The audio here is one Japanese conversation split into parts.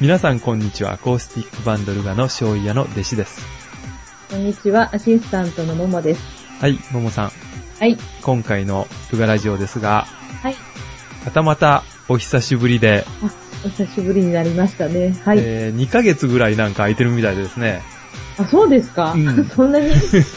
皆さんこんにちは。アコースティックバンドルガの醤油屋の弟子です。 こんにちは。アシスタントのももです。 はい、ももさん。 はい。 今回のルガラジオですが、 はい。 またお久しぶりで。 お久しぶりになりましたね。はい。 2ヶ月ぐらいなんか空いてるみたいですね。 あ、そうですか、うん、そんなに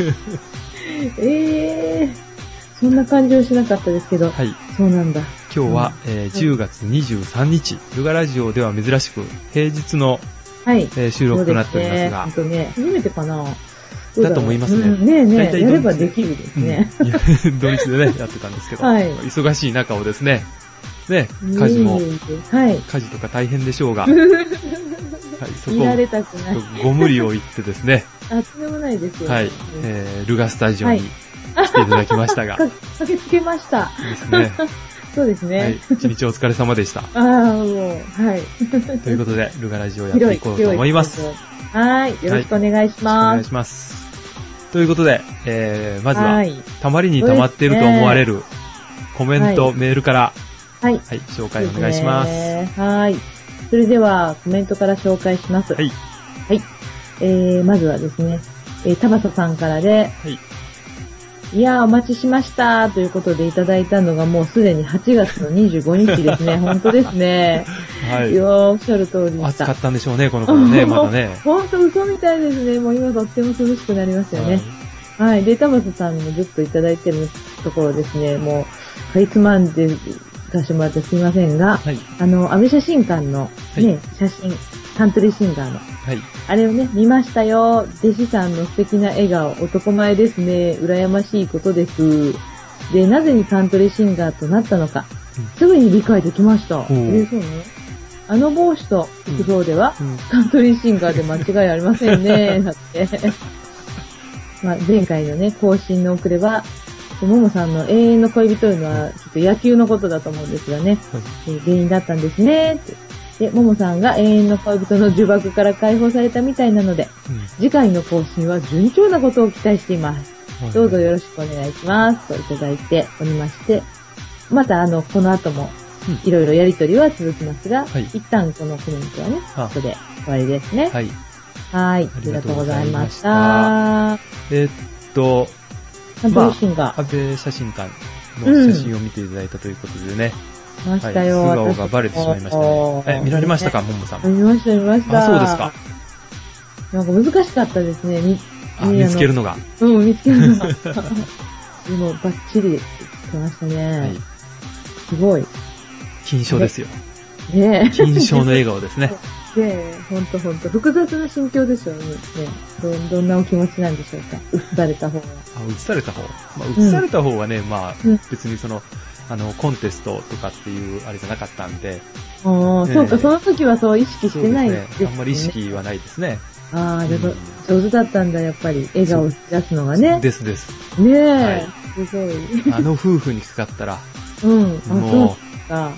そんな感じはしなかったですけど。はい。そうなんだ。 今日は、10月23日、ルガラジオでは珍しく平日の、はい。収録となっておりますが。 そうですね。初めてかな。 だと思いますね。 やればできるですね。 土日でね、やってたんですけど、はい、忙しい中をですね、家事も、はい、家事とか大変でしょうが、はい、そこをご無理を言ってですね、 とんでもないですよ、ね。 はい、ルガスタジオに来ていただきましたが、 駆けつけました。 ですね。 そうですね。 はい、一日お疲れ様でした。 もう、はい。 ということで、ルガラジオやっていこうと思います。 はい、よろしくお願いします。お願いします。ということで、まずは、たまりにたまっていると思われるコメント、メールから、はい、紹介お願いします。 はい。それでは、コメントから紹介します。はい。はい。まずはですね、田正さんからで、はい。いやー、お待ちしました。ということでいただいたのがもうすでに8月の25日ですね。本当ですね。はい。おっしゃる通りでした。 暑かったんでしょうね、この頃ね、まだね。 本当嘘みたいですね。もう今とっても涼しくなりましたよね。はい。で、田正さんにもずっといただいてるところですね。もう、かいつまんでさせてもらってすいませんが、はい、安倍写真館のね、はい、写真、カントリーシンガーの、はい、あれをね、見ましたよ。弟子さんの素敵な笑顔、男前ですね。羨ましいことです。で、なぜにカントリーシンガーとなったのか、すぐに理解できました。そうね。あの帽子と服装では、カントリーシンガーで間違いありませんね。だって。まあ、前回のね、更新の遅れは、ももさんの永遠の恋人というのは、ちょっと野球のことだと思うんですがね、原因だったんですね。で、ももさんが永遠の恋人の呪縛から解放されたみたいなので、次回の更新は順調なことを期待しています。どうぞよろしくお願いします。といただいておりまして、またこの後も、いろいろやりとりは続きますが、一旦このコメントはね、ここで終わりですね。はい。はい。ありがとうございました。 安倍写真館の写真を見ていただいたということでね。 見ましたよ。 素顔がバレてしまいましたね。見られましたか、ももさん。 見ました、見ました。 あ、そうですか。 なんか難しかったですね。 見つけるのが。 見つけるのが。でも、バッチリ来ましたね。はい。すごい。 金賞ですよ。 ねえ。 金賞の笑顔ですね。 ほんと。複雑な心境ですよね。どんなお気持ちなんでしょうか。映された方は。 映された方。映された方はね、別にコンテストとかっていうあれじゃなかったんで。 そうか、その時はそう意識してないですね。 あんまり意識はないですね。 上手だったんだ、やっぱり。笑顔を出すのがね。 です。 ねえ、すごい。 夫婦にかかったら。 もう、はい。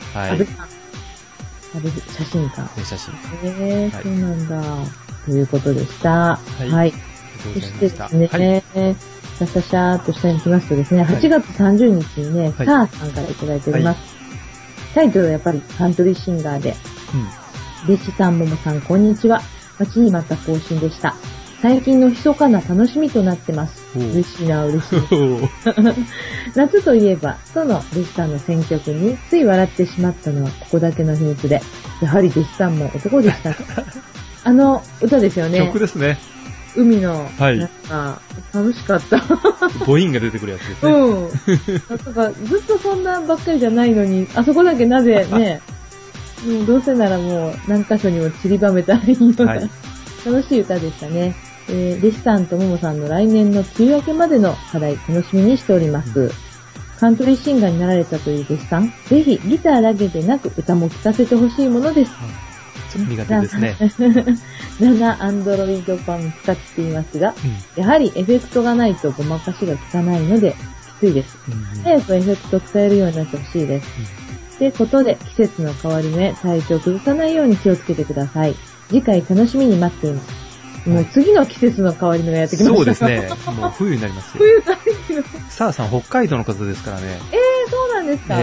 写真館。そうなんだ。ということでした。はい。そしてですね、シャーっと下に来ますとですね、8月30日にね、サーさんからいただいております。タイトルはやっぱりカントリーシンガーで、弟子さん、ももさん、こんにちは。待ちに待った更新でした。最近の密かな楽しみとなってます。嬉しいな、嬉しい。夏といえば、その弟子さんの選曲につい笑ってしまったのはここだけの秘密で、やはり弟子さんも男でした。歌ですよね。 曲ですね。 海の、なんか、楽しかった。 母音が出てくるやつですね。 なんかずっとそんなばっかりじゃないのに、あそこだけなぜね、どうせならもう何箇所にも散りばめたらいいような、楽しい歌でしたね。弟子さんとももさんの来年の梅雨明けまでの課題楽しみにしております。カントリーシンガーになられたという弟子さん、ぜひギターだけでなく歌も聴かせてほしいものです。 ちょっと苦手ですね。 7アンドロイド版使っていますが、やはりエフェクトがないとごまかしが効かないのできついです。早くエフェクト使えるようになってほしいです。ってことで季節の変わり目、体調崩さないように気をつけてください。次回楽しみに待っています。もう次の季節の変わり目がやってきました。 そうですね。もう冬になりますよ。 冬大好きの。 サーさん北海道の方ですからね。 そうなんですか。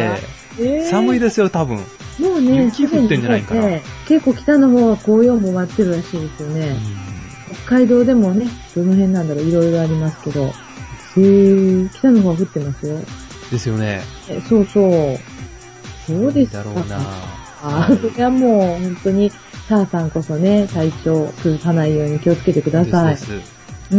寒いですよ、多分。 もうね、 雪降ってんじゃないかな。 結構北の方は紅葉も待ってるらしいですよね。北海道でもね、どの辺なんだろう、いろいろありますけど。北の方は降ってますよ。 ですよね。 そうそう。そうですか。 だろうな。 それはもう本当に、サーさんこそね、体調崩さないように気をつけてください。です。はい。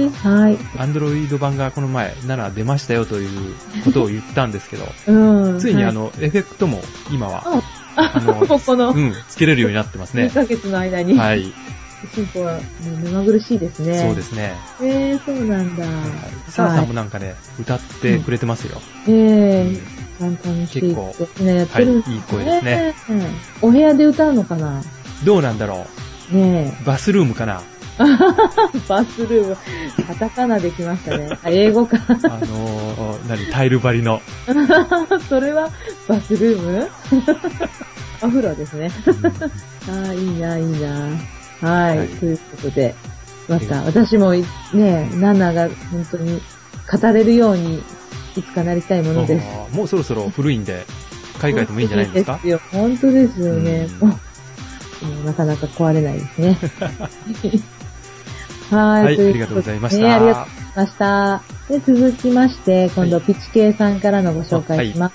はい。 アンドロイド版がこの前、7出ましたよということを言ったんですけど、ついにエフェクトも今は、つけれるようになってますね。 2ヶ月の間に。 はい。 進歩は目まぐるしいですね。 そうですね。 そうなんだ。 サーさんもなんかね、歌ってくれてますよ。 簡単に結構、やってるんですね。いい声ですね。 お部屋で歌うのかな？ どうなんだろう。ねえ。バスルームかな？ バスルーム。カタカナできましたね。英語か。 タイル張りの。 それはバスルーム？お風呂ですね。いいな、いいな。はい。ということで、また、私もね、ナナが本当に語れるように、いつかなりたいものです。 もうそろそろ古いんで、海外でもいいんじゃないですか？ 本当ですよね。なかなか壊れないですね。はい。 ありがとうございました。 ありがとうございました。で、続きまして、今度、ピチケイさんからのご紹介します。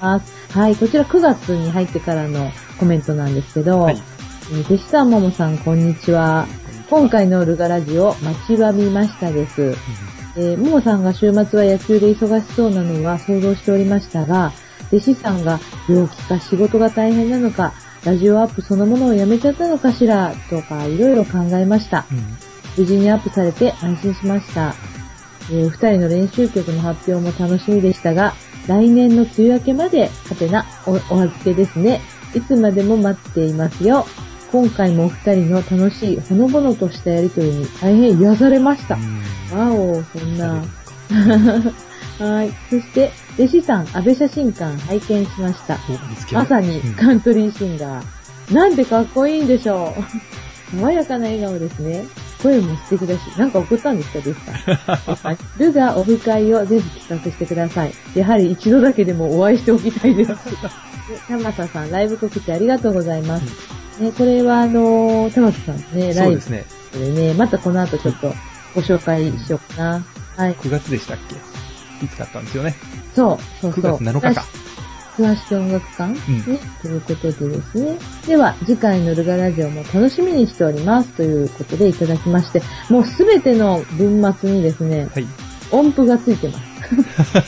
はい。こちら9月に入ってからのコメントなんですけど、弟子さんももさん、こんにちは。今回のルガラジオ、待ちわびましたです。ももさんが週末は野球で忙しそうなのは想像しておりましたが、弟子さんが病気か仕事が大変なのか、ラジオアップそのものをやめちゃったのかしら、とかいろいろ考えました。無事にアップされて安心しました。二人の練習曲の発表も楽しみでしたが、来年の梅雨明けまで、お預けですね。いつまでも待っていますよ。今回もお二人の楽しいほのぼのとしたやりとりに大変癒されました。わお、そんな。はい。そして、弟子さん、安倍写真館拝見しました。まさにカントリーシンガー。なんてかっこいいんでしょう。爽やかな笑顔ですね。声も素敵だし、なんか送ったんですか、弟子さん。ルガオフ会をぜひ企画してください。やはり一度だけでもお会いしておきたいです。玉田さん、ライブ告知ありがとうございます。これは玉田さんね、ライブでね、またこの後ちょっとご紹介しようかな。はい。 9月でしたっけ？いつだったんですよね。 そう。 9月7日か。 倉敷音楽館ということでですね。では、次回のルガラジオも楽しみにしております。ということでいただきまして、もうすべての文末にですね、音符がついてます。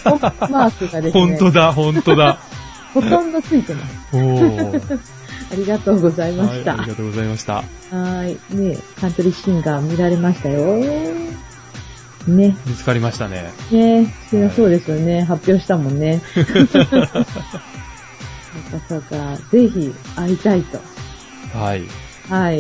音符マークがですね。 本当だ。 ほとんどついてます。ありがとうございました。 ありがとうございました。 ね、カントリーシンガー見られましたよ。ね。 見つかりましたね。 ね、そうですよね。発表したもんね。そうか。ぜひ会いたいと。 はい。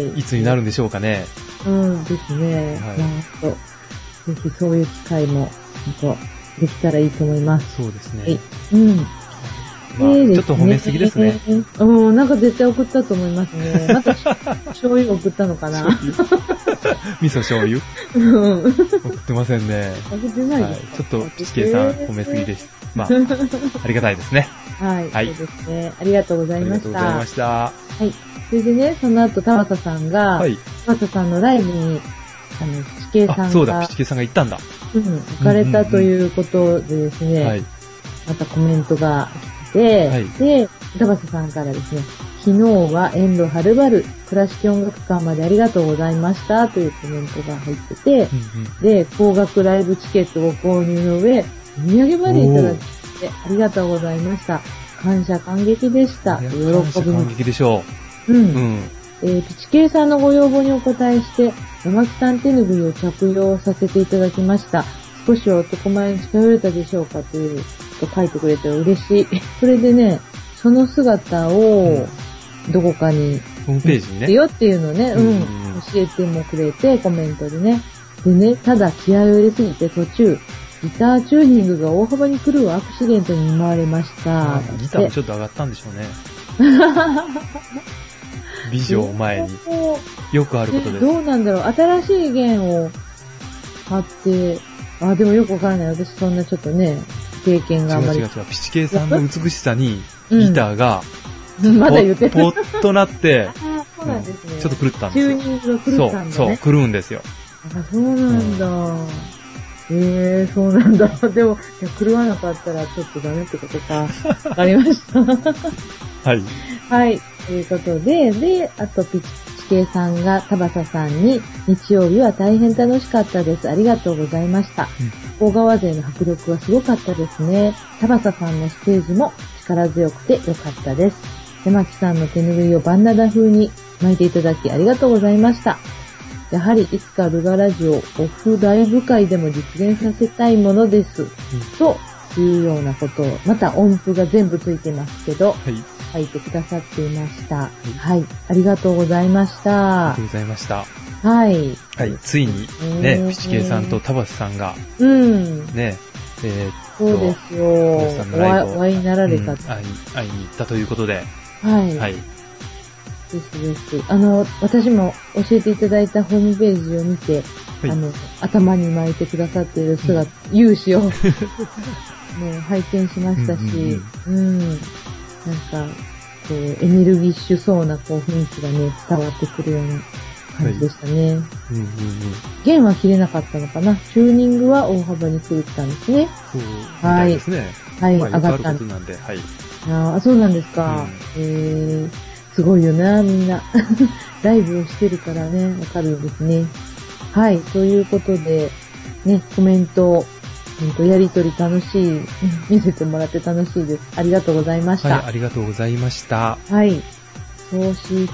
いつになるんでしょうかね。 ですね。ぜひそういう機会も、できたらいいと思います。 そうですね。 ちょっと褒めすぎですね。 なんか絶対送ったと思いますね。また醤油送ったのかな。 味噌醤油送ってませんね。 送ってないですか？ ちょっとピチケイさん褒めすぎです。ありがたいですね。 はい。そうですね。ありがとうございました。 ありがとうございました。 はい。それでね、その後、田畑さんが、田畑さんのライブに、ピチケイさんが、 そうだ、ピチケイさんが行ったんだ。 行かれたということでですね、またコメントが来て、で、田畑さんからですね、昨日は遠路はるばる倉敷音楽館までありがとうございましたというコメントが入ってて、で、高額ライブチケットを購入の上、お土産までいただきありがとうございました。感謝感激でした。喜び感激でしょう。ピチケイさんのご要望にお答えして、山木さん手ぬぐいを着用させていただきました。少しは男前に近寄れたでしょうかというと書いてくれて嬉しい。それでね、その姿をどこかにホームページにねよっていうのをね、教えてもくれてコメントでね。でね、ただ気合を入れすぎて途中ギターチューニングが大幅に狂うアクシデントに見舞われました。 ギターもちょっと上がったんでしょうね。美女を前に。よくあることです。 どうなんだろう。新しい弦を買って、でもよくわからない。私そんなちょっとね、 経験があまり。 違う。ピチケイさんの美しさに、ギターが、 まだ言ってポッとなって、 そうなんですね。 ちょっと狂ったんですよ。 チューニングが狂ったんだね。 そう、狂うんですよ。 そうなんだ。そうなんだ。でも、狂わなかったらちょっとダメってことか。わかりました。 はい。 はい。ということで、あとピチケイさんが田畑さんに、日曜日は大変楽しかったです。ありがとうございました。大川勢の迫力はすごかったですね。田畑さんのステージも力強くてよかったです。山木さんの手拭いをバンダナ風に巻いていただきありがとうございました。やはりいつかルガラジオオフライブ会でも実現させたいものです。というようなことを、また音符が全部ついてますけど、書いてくださっていました。はい。ありがとうございました。 ありがとうございました。 はい。 はい。ついに、ね、ピチケイさんと田畑さんが、ね、 そうですよ。お会いになられた。 会いに行ったということで。 はい。はい。です。私も教えていただいたホームページを見て、頭に巻いてくださっている姿、勇姿を、拝見しましたし、なんか、こう、エネルギッシュそうな、こう、雰囲気がね、伝わってくるような感じでしたね。弦は切れなかったのかな。チューニングは大幅に狂ったんですね。 そう、みたいですね。 はい、上がったんなんで、はい。 そうなんですか。すごいよな、みんな。ライブをしてるからね、わかるんですね。はい、ということで、ね、コメント、やりとり楽しい、見せてもらって楽しいです。ありがとうございました。 はい、ありがとうございました。 はい。そうして、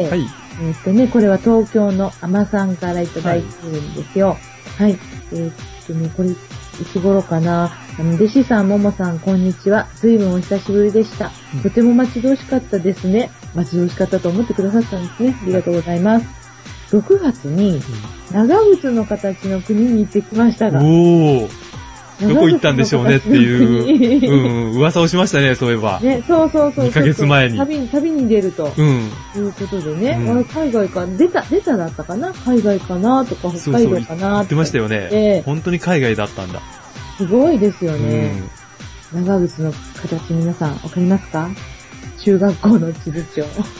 はい、これは東京のアマさんからいただいてるんですよ。はい。これ、いつ頃かな。弟子さん、ももさん、こんにちは。随分お久しぶりでした。とても待ち遠しかったですね。待ち遠しかったと思ってくださったんですね。ありがとうございます。6月に、長靴の形の国に行ってきましたが。 どこ行ったんでしょうねっていう、噂をしましたね、そういえば。 ね、そう。2 ヶ月前に。 旅に出ると。いうことでね。海外か、出ただったかな海外かなとか、北海道かな言ってましたよね。本当に海外だったんだ。 すごいですよね。長靴の形、皆さん、わかりますか？中学校の地図帳。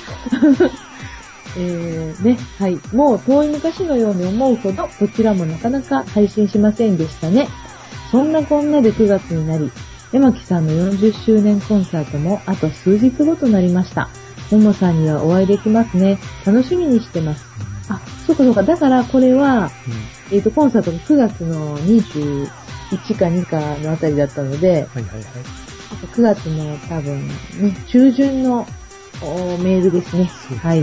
はい。もう遠い昔のように思うほど、こちらもなかなか配信しませんでしたね。そんなこんなで9月になり、山木さんの40周年コンサートもあと数日後となりました。ももさんにはお会いできますね。楽しみにしてます。そうか。だからこれは、コンサートが9月の21か2かのあたりだったので、9月の多分ね、中旬のメールですね。はい。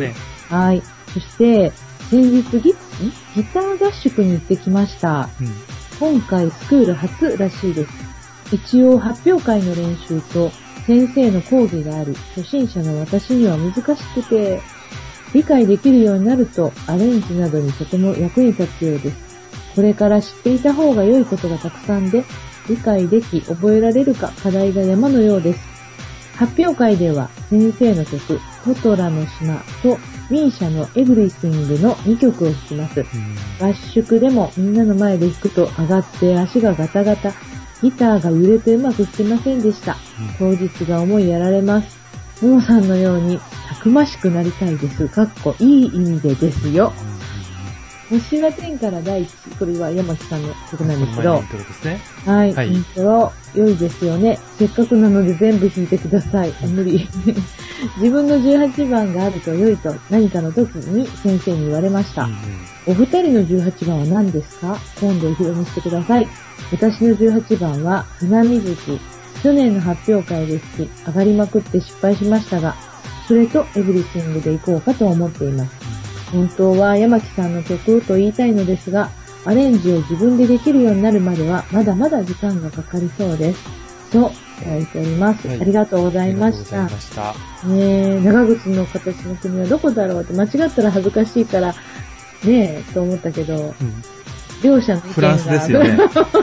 そして、先日ギター合宿に行ってきました。今回スクール初らしいです。一応発表会の練習と先生の講義があり、初心者の私には難しくて、理解できるようになるとアレンジなどにとても役に立つようです。これから知っていた方が良いことがたくさんで、理解でき覚えられるか課題が山のようです。発表会では先生の曲、トトラの島とミーシャのエブリシングの2曲を弾きます。合宿でもみんなの前で弾くと上がって足がガタガタ、ギターが揺れてうまく弾けませんでした。当日が思いやられます。ももさんのようにたくましくなりたいです。いい意味でですよ。星は天から大地。これは山木さんの曲なんですけど。 イントロですね。 はい。イントロ、良いですよね。せっかくなので全部弾いてください。無理。自分の18番があると良いと何かの時に先生に言われました。お二人の18番は何ですか？今度お披露目してください。私の18番は花水木。去年の発表会で弾き、上がりまくって失敗しましたが、それとエブリシングで行こうかと思っています。本当は山木さんの曲と言いたいのですが、アレンジを自分でできるようになるまではまだまだ時間がかかりそうです。と、いただいております。ありがとうございました。長靴の形の国はどこだろうって間違ったら恥ずかしいから、と思ったけど、両者の意見が。 フランスですよね。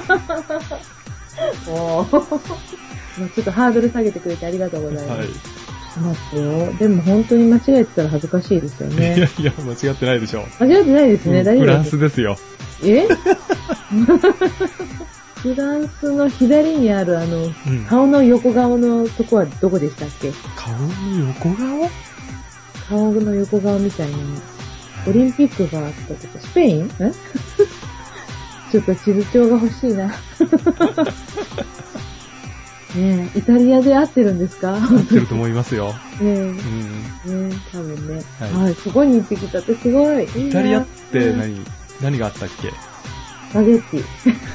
もうちょっとハードル下げてくれてありがとうございます。待ってよ。でも本当に間違えてたら恥ずかしいですよね。 いや、間違ってないでしょ。 間違ってないですね。大丈夫です。 フランスですよ。 フランスの左にある顔の横顔のとこはどこでしたっけ？ 顔の横顔？ 顔の横顔みたいな、オリンピックがあったとか、スペイン？ちょっと地図帳が欲しいな。ねえ、イタリアで合ってるんですか？ 合ってると思いますよ。 ねえ、多分ね。はい、そこに行ってきたってすごい。 イタリアって何があったっけ？ スパゲッティ。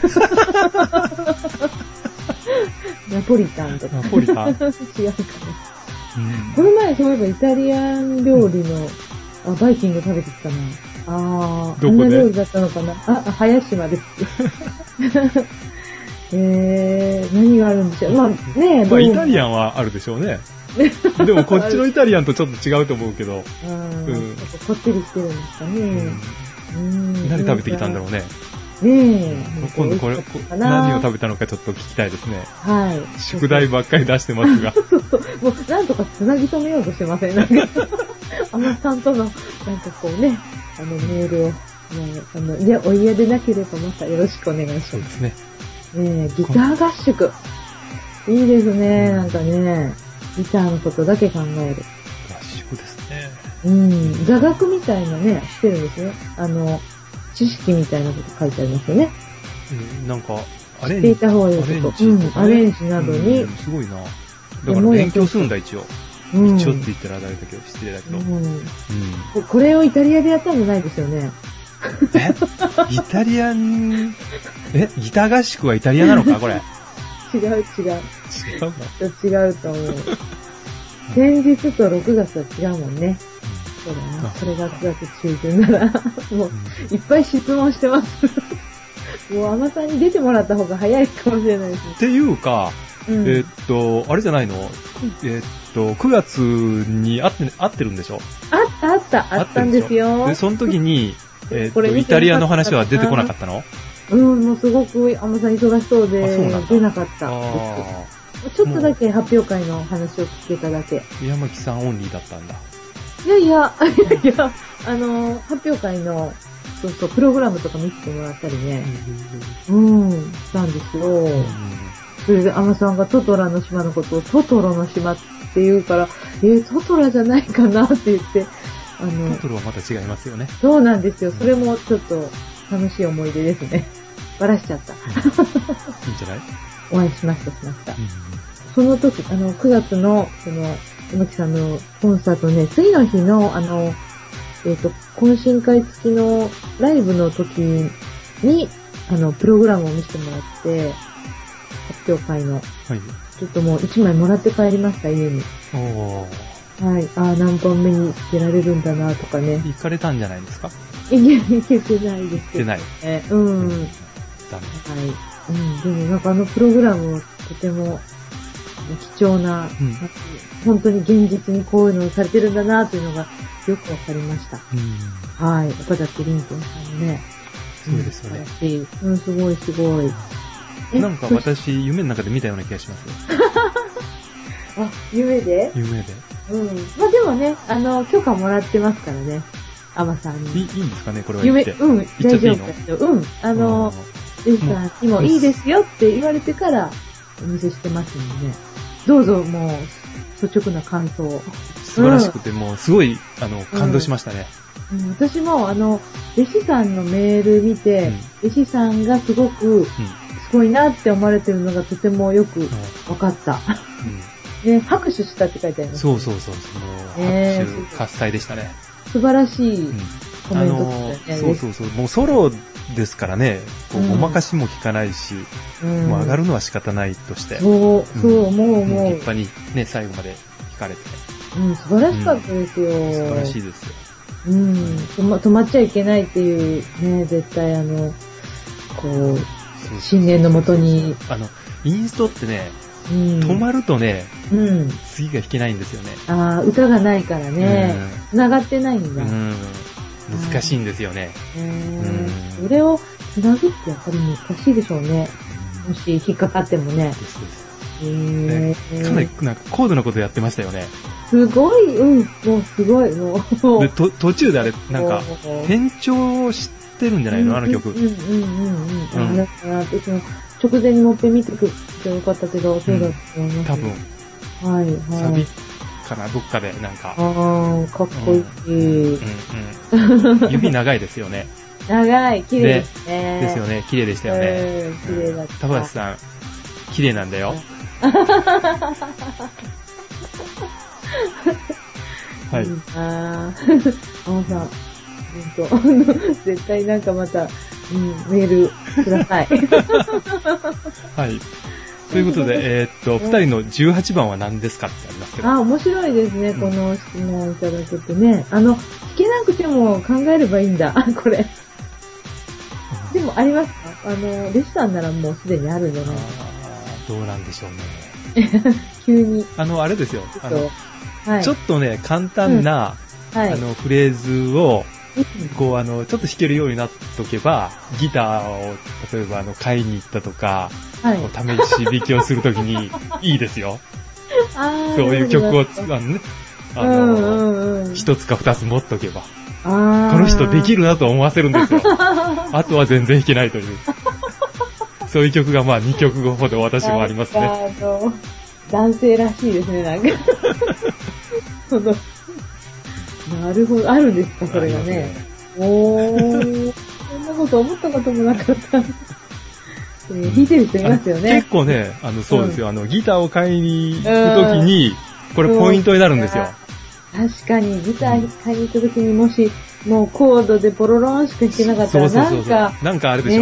ナポリタンとか。 ナポリタン？違うかな。 この前そういえばイタリアン料理の、バイキング食べてきたな。 どこで？ あんな料理だったのかな。林島です。何があるんでしょう。まあね、 イタリアンはあるでしょうね。でもこっちのイタリアンとちょっと違うと思うけど。 こってりしてるんですかね。 何食べてきたんだろうね。今度何を食べたのかちょっと聞きたいですね。 はい。 宿題ばっかり出してますが。 もうなんとかつなぎ止めようとしてません？なんか、あのさんとの、なんかこうね、メールを、お嫌でなければまたよろしくお願いします。 そうですね。 ギター合宿。いいですね、なんかね。ギターのことだけ考える。 合宿ですね。 座学みたいなね、してるんですね。知識みたいなこと書いてありますよね。 なんか、 アレンジ。していた方がいいこと。アレンジなどに。 すごいな。だから勉強するんだ、一応。一応って言ったらあれだけど、失礼だけど。 これをイタリアでやったんじゃないですよね。 イタリアン、ギター合宿はイタリアなのかこれ。 違う。 違う違うと思う。前日と6月は違うもんね。そうだな。それが9月中旬なら、もう、いっぱい質問してます。もう、アマさんに出てもらった方が早いかもしれないですね。 っていうか、あれじゃないの？9月に会ってるんでしょ？ あったんですよ。 で、その時に、イタリアの話は出てこなかったの？ もうすごくアマさん忙しそうで、出なかったです。ちょっとだけ発表会の話を聞けただけ。 山木さんオンリーだったんだ。 いや、発表会の、プログラムとか見せてもらったりね。したんですよ。それで、アマさんがトトラの島のことをトトロの島って言うから、トトラじゃないかなって言って、 トトロはまた違いますよね。 そうなんですよ。それもちょっと楽しい思い出ですね。バラしちゃった。いいんじゃない？ お会いしました。その時、9月の、山木さんのコンサートね、次の日の、懇親会付きのライブの時に、プログラムを見せてもらって、発表会の。ちょっともう1枚もらって帰りました、家に。はい。何番目に出られるんだなとかね。 行かれたんじゃないですか？ 行けてないですけど。 行ってない。 ダメ。はい。でもなんかプログラムとても貴重な、本当に現実にこういうのをされてるんだなというのがよくわかりました。はい。岡崎凛君さんのね。 そうですよね。 すごい。 なんか私、夢の中で見たような気がしますよ。 夢で？ 夢で。 まあでもね、許可もらってますからね。アマさんに。 いいんですかね、これは言って。 大丈夫ですよ。レスさんにもいいですよって言われてからお見せしてますので、どうぞもう、率直な感想を。 素晴らしくて、もうすごい、感動しましたね。 私も、弟子さんのメール見て、弟子さんがすごく、すごいなって思われてるのがとてもよく分かった。ね、拍手したって書いてあります。 そう。もう拍手喝采でしたね。 素晴らしいコメントでしたね。 そう。もうソロですからね、ごまかしも効かないし、もう上がるのは仕方ないとして。もう。立派にね、最後まで弾かれて。 素晴らしかったですよ。 素晴らしいですよ。 止まっちゃいけないっていうね、絶対信念のもとに。 インストってね、止まるとね、次が弾けないんですよね。 歌がないからね、繋がってないんだ。 難しいんですよね。 それを繋ぐってやっぱり難しいでしょうね。もし引っかかってもね。 かなりなんか高度なことやってましたよね。 すごい、もうすごい、もう。 で途中であれ、なんか、転調してるんじゃないのあの曲。 だから、ち直前にもっぺん見てくってよかったけど、そうだと思います。 多分。 はい、はい。 サビかな、どっかでなんか。 かっこいい。 指長いですよね。 長い、綺麗ですね。 ですよね、綺麗でしたよね。 綺麗だった。 高橋さん、綺麗なんだよ。はい。 青さん、絶対なんかまた、メールください。 はい。ということで、二人の18番は何ですかってありますけど。 面白いですね、この質問をいただけてね。聞けなくても考えればいいんだ、これ。でもありますか？レシさんならもうすでにあるんじゃないですか？ どうなんでしょうね。 急に。 あれですよ。ちょっとね、簡単な、フレーズを、こう、ちょっと弾けるようになっとけば、ギターを、例えば、買いに行ったとか、試し弾きをするときに、いいですよ。そういう曲を、一つか二つ持っとけば、この人できるなと思わせるんですよ。あとは全然弾けないという。そういう曲が、まあ、2曲ほど私もありますね。 男性らしいですね、なんか。なるほど、あるんですか、それがね。そんなこと思ったこともなかった。弾いてる人いますよね。 結構ね、そうですよ、ギターを買いに行くときに、これポイントになるんですよ。 確かに、ギター買いに行ったときにもし、もうコードでポロロンしか弾けなかったら、 なんかあるでし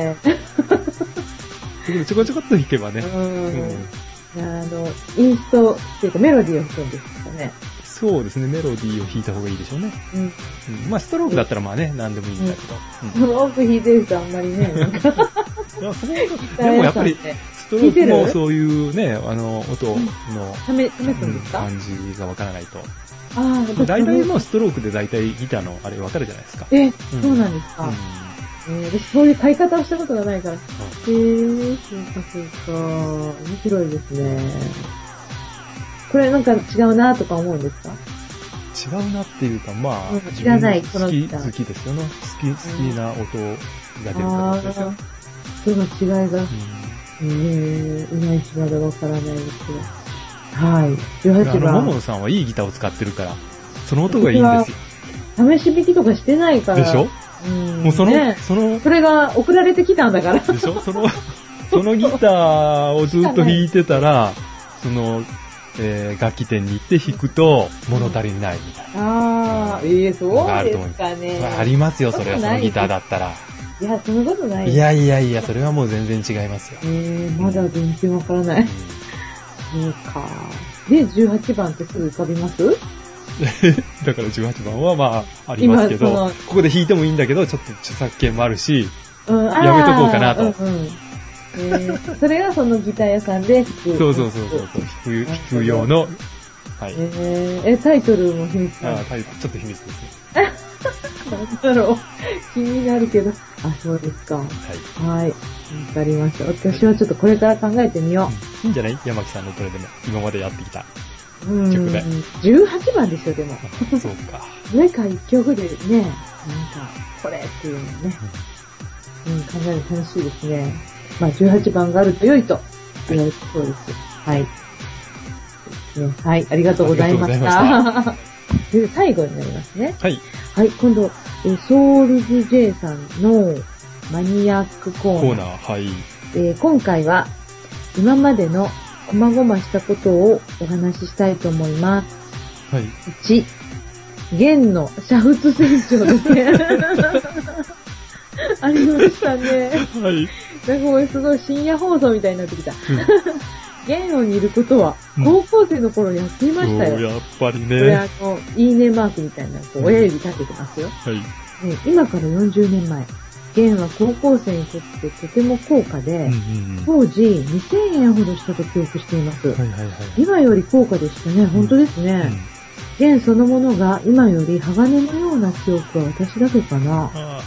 ょ。ちょこちょこっと弾けばね。 インストっていうかメロディーを弾くんですかね。 そうですね、メロディーを弾いた方がいいでしょうね。まあ、ストロークだったらまあね、何でもいいんだけど。 ストローク弾いてる人あんまりね、なんか。 でもやっぱり、ストロークもそういうね、音の感じがわからないと。大体もうストロークで大体ギターのあれわかるじゃないですか。 そうなんですか。私そういう買い方をしたことがないから。そうか。面白いですね。これなんか違うなとか思うんですか？ 違うなっていうか、まあ、 知らない、 好きですよね。好きな音が出るからですよ。 その違いが、いまいちまだわからないですけど。はい。18番。 ももさんはいいギターを使ってるから、その音がいいんですよ。 試し弾きとかしてないから。 でしょ？もうそれが送られてきたんだから。 でしょ？そのギターをずっと弾いてたら、楽器店に行って弾くと物足りないみたいな。 そうですかね。 ありますよ、それはそのギターだったら。 いや、そんなことない。 いや、それはもう全然違いますよ。 まだ全然わからない。そうか。で、18番ってすぐ浮かびます？ だから18番はまあ、ありますけど、ここで弾いてもいいんだけど、ちょっと著作権もあるし、やめとこうかなと。 それがそのギター屋さんで弾く。 そう。弾く用の、はい。 タイトルも秘密ちょっと秘密ですね。 なんだろう。気になるけど。そうですか。はい。わかりました。私はちょっとこれから考えてみよう。いいんじゃない？山木さんのこれでも、今までやってきた曲で。 18番ですよ、でも。 そうか。 上か1曲でね、なんか、これっていうのね。考える楽しいですね。まあ、18番があると良いと言われてそうです。はい。はい、ありがとうございました。で、最後になりますね。 はい。 はい、今度、ソウルズ J さんのマニアックコーナー。 はい。 今回は、今までの細々したことをお話ししたいと思います。 はい。 1、弦の煮沸洗浄ですね。ありましたね。 はい。 なんかこれすごい深夜放送みたいになってきた。弦を煮ることは、高校生の頃やっていましたよ。 やっぱりね。 これいいねマークみたいな、親指立ててますよ。 はい。 今から40年前、弦は高校生にとってとても高価で、当時2000円ほどしたと記憶しています。今より高価でしたね。本当ですね。弦そのものが今より鋼のような記憶は私だけかな。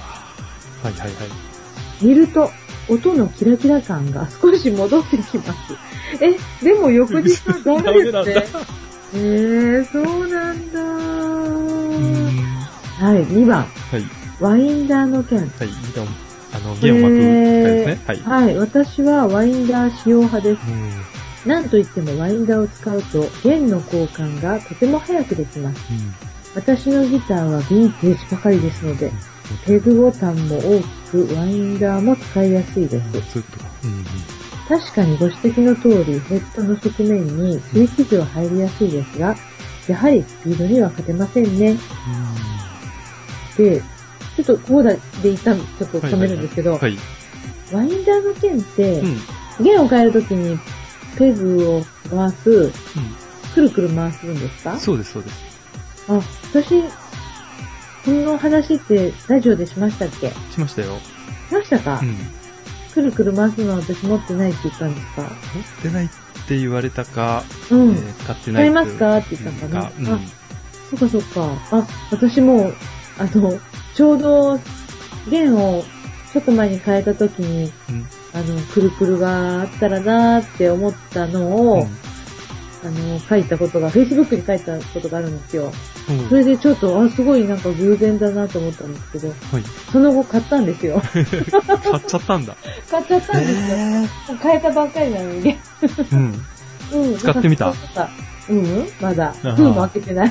煮ると音のキラキラ感が少し戻ってきます。でも翌日はダメですね。そうなんだ。はい、2番。ワインダーの剣。 弦を巻くですね。 はい。私はワインダー使用派です。なんといってもワインダーを使うと弦の交換がとても早くできます。私のギターはヴィンテージばかりですので、ペグボタンも大きく、ワインダーも使いやすいです。確かにご指摘の通り、ヘッドの側面にすり傷は入りやすいですが、やはりスピードには勝てませんね。で、ちょっとコーダで一旦ちょっと止めるんですけど、ワインダーの弦って、弦を変えるときにペグを回す、くるくる回すんですか？ そうです、そうです。 あ、私、この話ってラジオでしましたっけ？ しましたよ。 しましたか？くるくる回すのは私持ってないって言ったんですか？持ってないって言われたか、 使ってないって買いますかって言ったかな。あ、そっかそっか。あ、私も、ちょうど、弦をちょっと前に変えた時に、くるくるがあったらなーって思ったのを、書いたことが、Facebook に書いたことがあるんですよ。それでちょっと、すごいなんか偶然だなと思ったんですけど、その後買ったんですよ。 買っちゃったんだ。 買っちゃったんですよ。変えたばっかりなのにね。 使ってみた？ まだ。封も開けてない。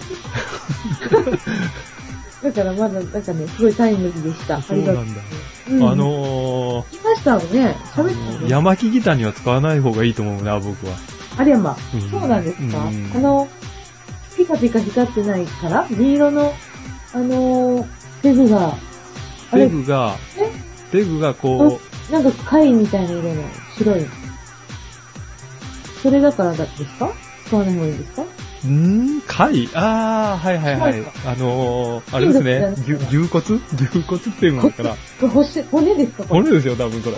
だからまだ、なんかね、すごいタイムリーでした。 そうなんだ。 聞きましたね。喋ったね。 ヤマキギターには使わない方がいいと思うな、僕は。 あれま、そうなんですか？ピカピカ光ってないから銀色の、ペグが、 ペグがこう、なんか貝みたいな色の白い。それだからですか？使わない方がいいですか？ 貝？はいはいはい。あれですね。牛骨っていうのだから。 骨ですか？ 骨ですよ、多分それ。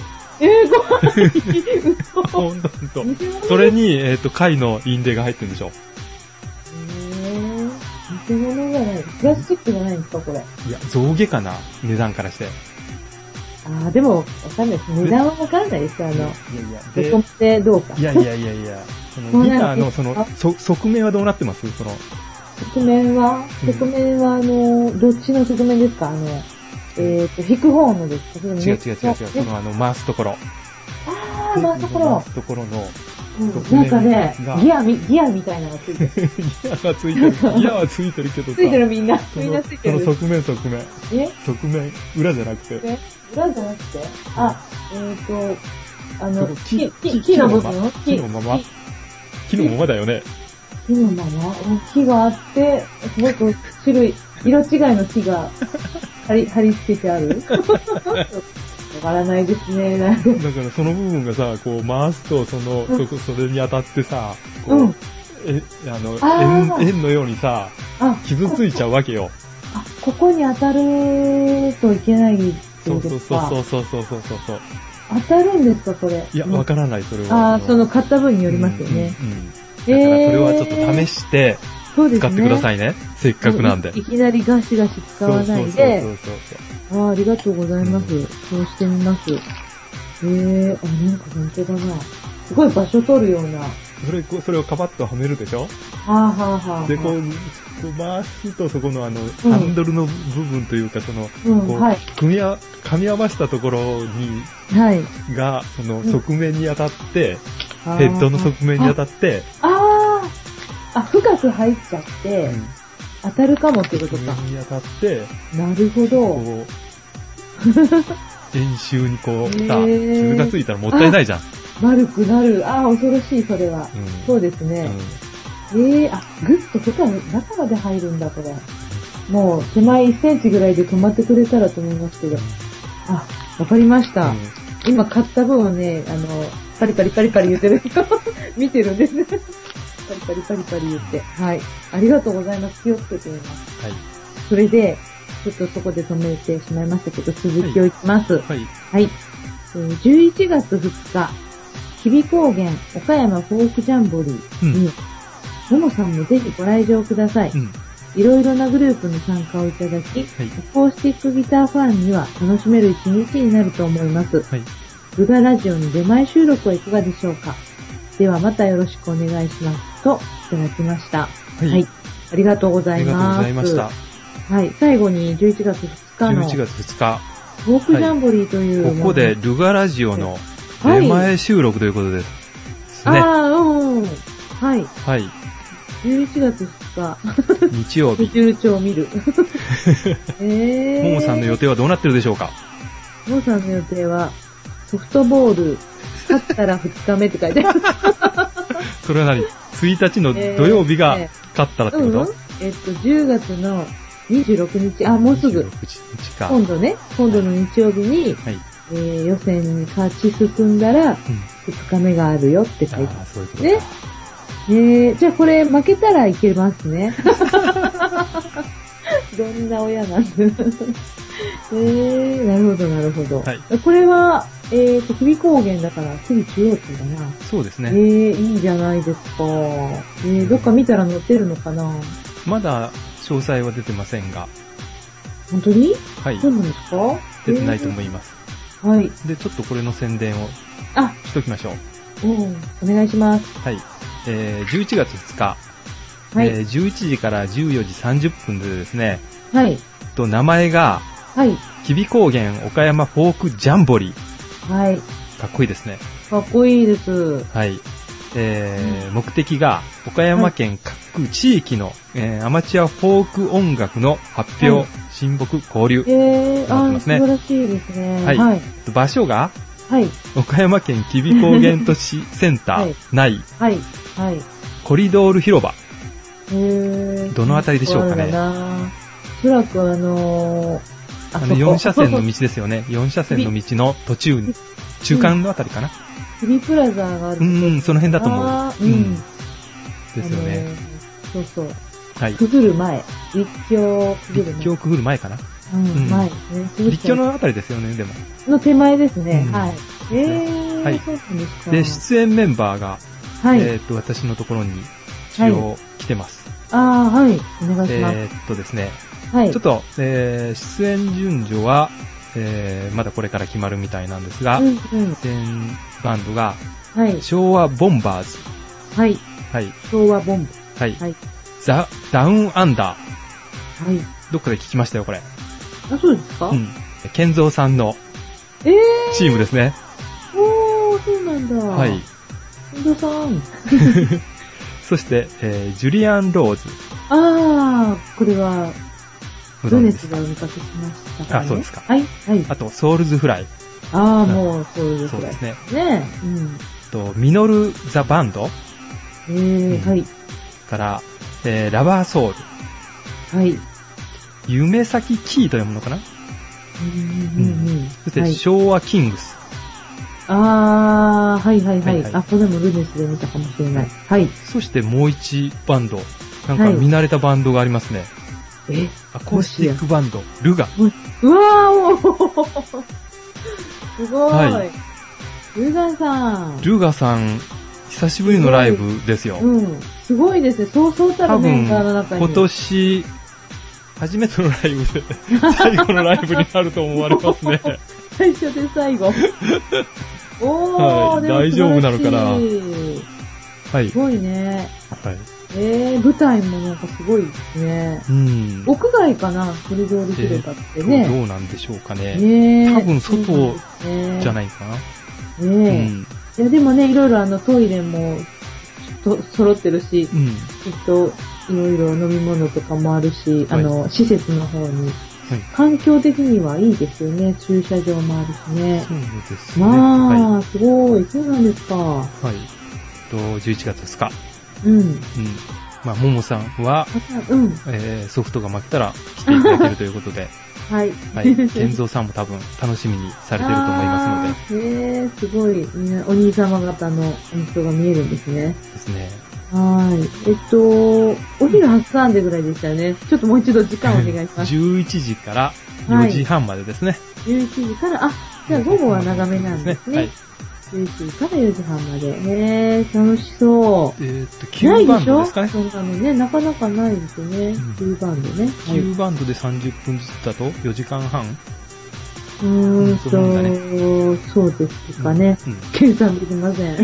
嘘。 ほんと。それに、貝の印泥が入ってるんでしょ。 偽物じゃない。プラスチックじゃないんですか、これ。 いや、象牙かな、値段からして。 でも、わかんないです。値段はわかんないですよ、どこまでどうか。 いや。そのギターの、側面はどうなってます？ 側面は、どっちの側面ですか？弾く方のですか？ 違う。回すところ。 回すところ。 回すところの、 なんかね、ギアみたいなのがついてる。 ギアはついてる。ギアはついてるけどさ。 ついてるみんなついてる。 その側面。裏じゃなくて。 裏じゃなくて木の部分？ 木のままだよね。 木のまま？木があって、すごく種類、色違いの木が貼り付けてある？わからないですね。だからその部分がさ、こう回すと、それに当たってさ、こう、円のようにさ、傷ついちゃうわけよ。 ここに当たるといけないってことですか？ そう。 当たるんですか、これ？ いや、わからない、それは。 その買った分によりますよね。 だからそれはちょっと試して、使ってくださいね。せっかくなんで。 いきなりガシガシ使わないで。ありがとうございます。そうしてみます。なんか本当だな。すごい場所取るような。 それをカバッとはめるでしょ？で、こう回すとそこのハンドルの部分というか、噛み合わせたところに、が、その側面に当たって、ヘッドの側面に当たって、 深く入っちゃって、当たるかもってことか。 側面に当たって、 なるほど。 円周に傷がついたらもったいないじゃん。 悪くなる。恐ろしい、それは。そうですね。ぐっと中まで入るんだ、これ。もう、手前1センチぐらいで止まってくれたらと思いますけど。わかりました。今買った分をね、パリパリ言ってる人、見てるんですね。パリパリ言って。はい。ありがとうございます。気をつけてみます。 はい。 それで、ちょっとそこで止めてしまいましたけど、続きをいきます。はい。11月2日、吉備高原岡山フォークジャンボリーに、ももさんもぜひご来場ください。いろいろなグループに参加をいただき、アコースティックギターファンには楽しめる一日になると思います。ルガラジオの出前収録はいかがでしょうか？ではまたよろしくお願いします。と、いただきました。はい。ありがとうございます。 ありがとうございました。 はい。最後に11月2日の。 11月2日。 フォークジャンボリーという、 ここでルガラジオの出前収録ということですね。 はい。 はい。 11月2 日。日曜日。 スケジュール帳を見る。 ももさんの予定はどうなってるでしょうか？ ももさんの予定は、ソフトボール、勝ったら2日目って書いてある。 それは何？ 1 日の土曜日が勝ったらってこと？ 10月の26日、もうすぐ。26 日か。 今度の日曜日に、はい、予選に勝ち進んだら、2日目があるよって書いてある。 そういうことね。 じゃあこれ負けたらいけますね。どんな親なんだ。なるほど、なるほど。はい、これは、日々高原だから、日々中央値だな。 そうですね。 いいじゃないですか。どっか見たら載ってるのかな？ まだ詳細は出てませんが。 本当に？ はい。 そうなんですか？ 出てないと思います。 はい。 で、ちょっとこれの宣伝をしときましょう。 お願いします。 はい。11月2日、はい、11時から14時30分でですね、 はい。 名前が、 はい。 日々高原岡山フォークジャンボリー。 はい。 かっこいいですね。 かっこいいです。 はい。目的が岡山県各地域の、アマチュアフォーク音楽の発表、はい、親睦交流になってますね。 素晴らしいですね。 はい。はい、場所が、 はい。 岡山県日々高原都市センター内、 はい。はい。 コリドール広場。どのあたりでしょうかね。 おそらく 4車線の道ですよね。4車線の道の途中に、中間のあたりかな。 日々プラザがある。 その辺だと思う。ですよね。 そうそう。 はい。 くぐる前。立教くぐる前かな。 前ですね。 立教のあたりですよね、でも。 の手前ですね。はい。 はい。 そうなんですか。 で、出演メンバーが、 はい。 私のところに一応来てます。 はい。お願いします。 ですね。 はい。 ちょっと、出演順序は、まだこれから決まるみたいなんですが、出演バンドが、 はい。 昭和ボンバーズ。 はい。 はい。 昭和ボンバーズ。はい。ザ・ダウンアンダー。はい。 どっかで聞きましたよ、これ。 そうですか？ 健三さんの、チームですね。 そうなんだ。 はい。 健三さん。 そして、ジュリアン・ローズ。 これは、ルネスでお見かけしましたね。 そうですか。 はい。はい。 あと、ソウルズ・フライ。 もう、ソウルズ・フライ。 そうですね。 ねミノル・ザ・バンド。はい。から、ラバー・ソウル。 はい。 夢咲キーと読むのかな？そして、昭和・キングス。 はい。これもルネスで見たかもしれない。はい。 そしてもう一バンド。なんか見慣れたバンドがありますね。アコースティックバンド、ルガ。 うわーすごい。はい。ルガさん、 久しぶりのライブですよ。 すごいですね。そうたるメンバーの中に。 今年、初めてのライブで、最後のライブになると思われますね。 最初で最後。 はい、大丈夫なのかな。はい。 すごいね。 はい。 舞台もなんかすごいですね。屋外かな、コリドール広場ってね。 どうなんでしょうかね。多分外じゃないかな。 いやでもね、いろいろトイレも揃ってるし、きっといろいろ飲み物とかもあるし、施設の方に。環境的にはいいですよね。駐車場もあるしね。 そうですね。 すごい。そうなんですか。 はい。11月2日。ももさんは、ソフトが負けたら来ていただけるということで、 はい。 健三さんも多分楽しみにされてると思いますので。すごい、お兄様方の演奏が見えるんですね。 ですね。 はい。お昼挟んでぐらいでしたよね。ちょっともう一度時間をお願いします。 11時から4時半までですね。 11時から、じゃあ午後は長めなんですね。はい。11時から4時半まで。楽しそう。 9バンドですかね。 そんなのね、なかなかないですよね。9バンドね。 9バンドで30分ずつだと4時間半そうですかね。計算できません。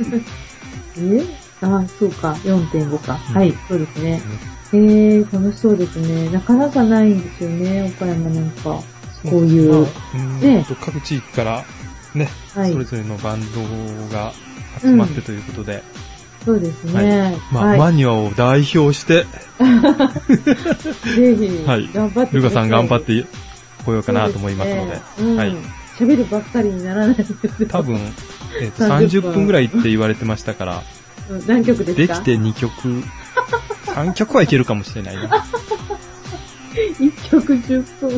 そうか、4.5 か。はい、そうですね。楽しそうですね。なかなかないんですよね、岡山なんか。 こういう、ね。 各地域からね、それぞれのバンドが集まってということで。 そうですね。 マニュアを代表して、 ぜひ、頑張って。 ルガさん頑張ってこようかなと思いますので。 喋るばっかりにならないですよ。 多分、30分ぐらいって言われてましたから。 何曲ですか？ できて2曲、3曲はいけるかもしれないな。 1曲10分。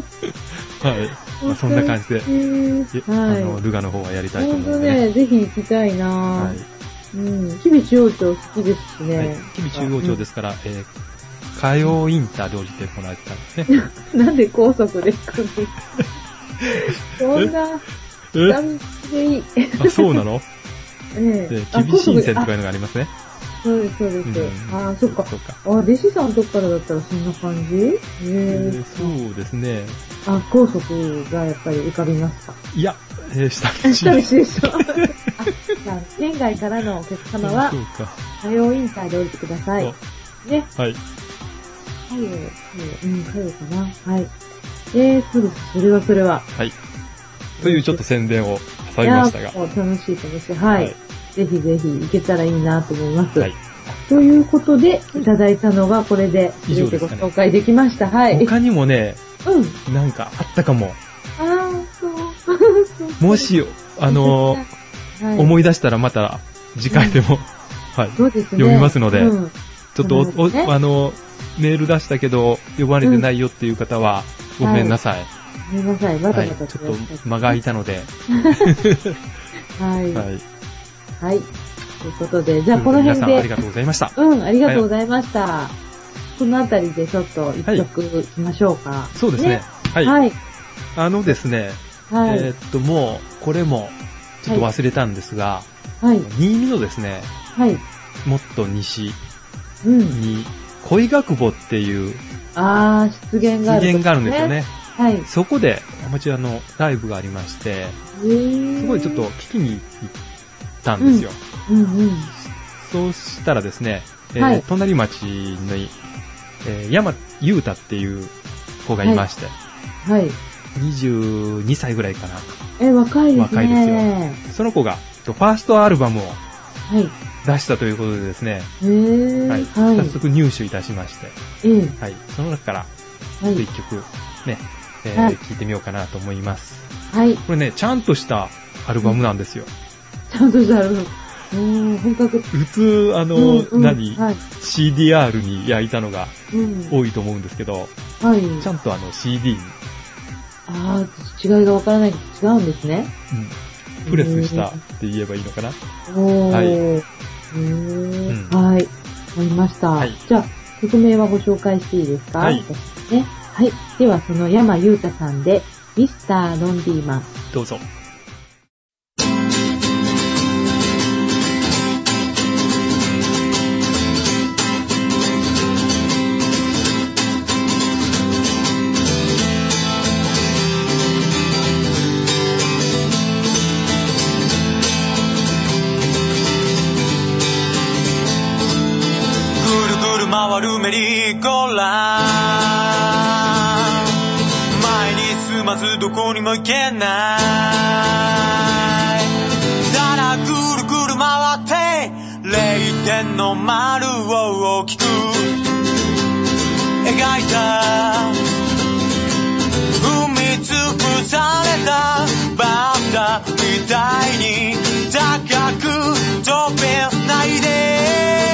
そんな感じで、ルガの方はやりたいと思うので。 本当ね、ぜひ行きたいな。日々中央町好きですしね。 日々中央町ですから、火曜インターで降りてもらったんですね。 なんで高速で来るそんな、下道でいい。 あ、そうなの？厳しい線とかいうのがありますね。 そうです、そうです。そっか。弟子さんのとこからだったらそんな感じ？ そうですね。 高速がやっぱり浮かびますか？ いや、下道。 下道でしょ。県外からのお客様は、火曜インターで降りてください。ね。 はい。 火曜かな。はい。そうです。それは。 はい。というちょっと宣伝を挟みましたが。 楽しい。はい。ぜひぜひ行けたらいいなと思います。はい。ということで、いただいたのがこれで、全てご紹介できました。はい。 他にもね、なんかあったかも。 そう。 もし、思い出したらまた次回でも、読みますので、ちょっとメール出したけど呼ばれてないよっていう方はごめんなさい。 ごめんなさい。バタバタちょっと間が空いたので。 はい。ということで、じゃあこの辺で。皆さんありがとうございました。 ありがとうございました。このあたりでちょっと一曲いきましょうか。 そうですね。はい。ですね、もう、これも、ちょっと忘れたんですが、新見のですね、もっと西に、恋学坊っていう、 出現があるんですよね。そこで、アマチュアのライブがありまして、すごいちょっと聞きに行ったんですよ。そうしたらですね、隣町に、山優太っていう子がいまして、22歳ぐらいかな。 若いですね。 若いですよ。その子が、ファーストアルバムを出したということでですね、早速入手いたしまして、その中から、一曲、ね、聴いてみようかなと思います。これね、ちゃんとしたアルバムなんですよ。 ちゃんとしたアルバム。本格普通、CDR に焼いたのが多いと思うんですけど、ちゃんとCD に。 違いがわからないけど違うんですね。 プレスしたって言えばいいのかな。 はい。わかりました。じゃあ、曲名はご紹介していいですか？はい。では、その山優太さんで、ミスター・ロンリーマン。 どうぞ。 回るメリーゴーラン前に進まずどこにも行けないただぐるぐる回って0点の丸を大きく描いた踏みつぶされたバッタみたいに高く飛べないで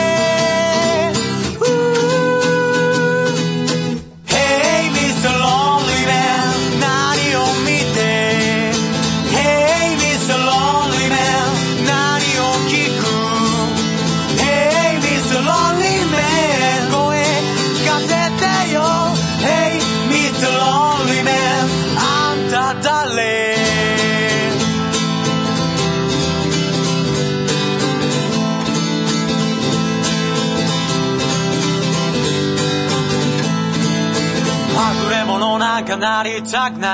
なんかなりたく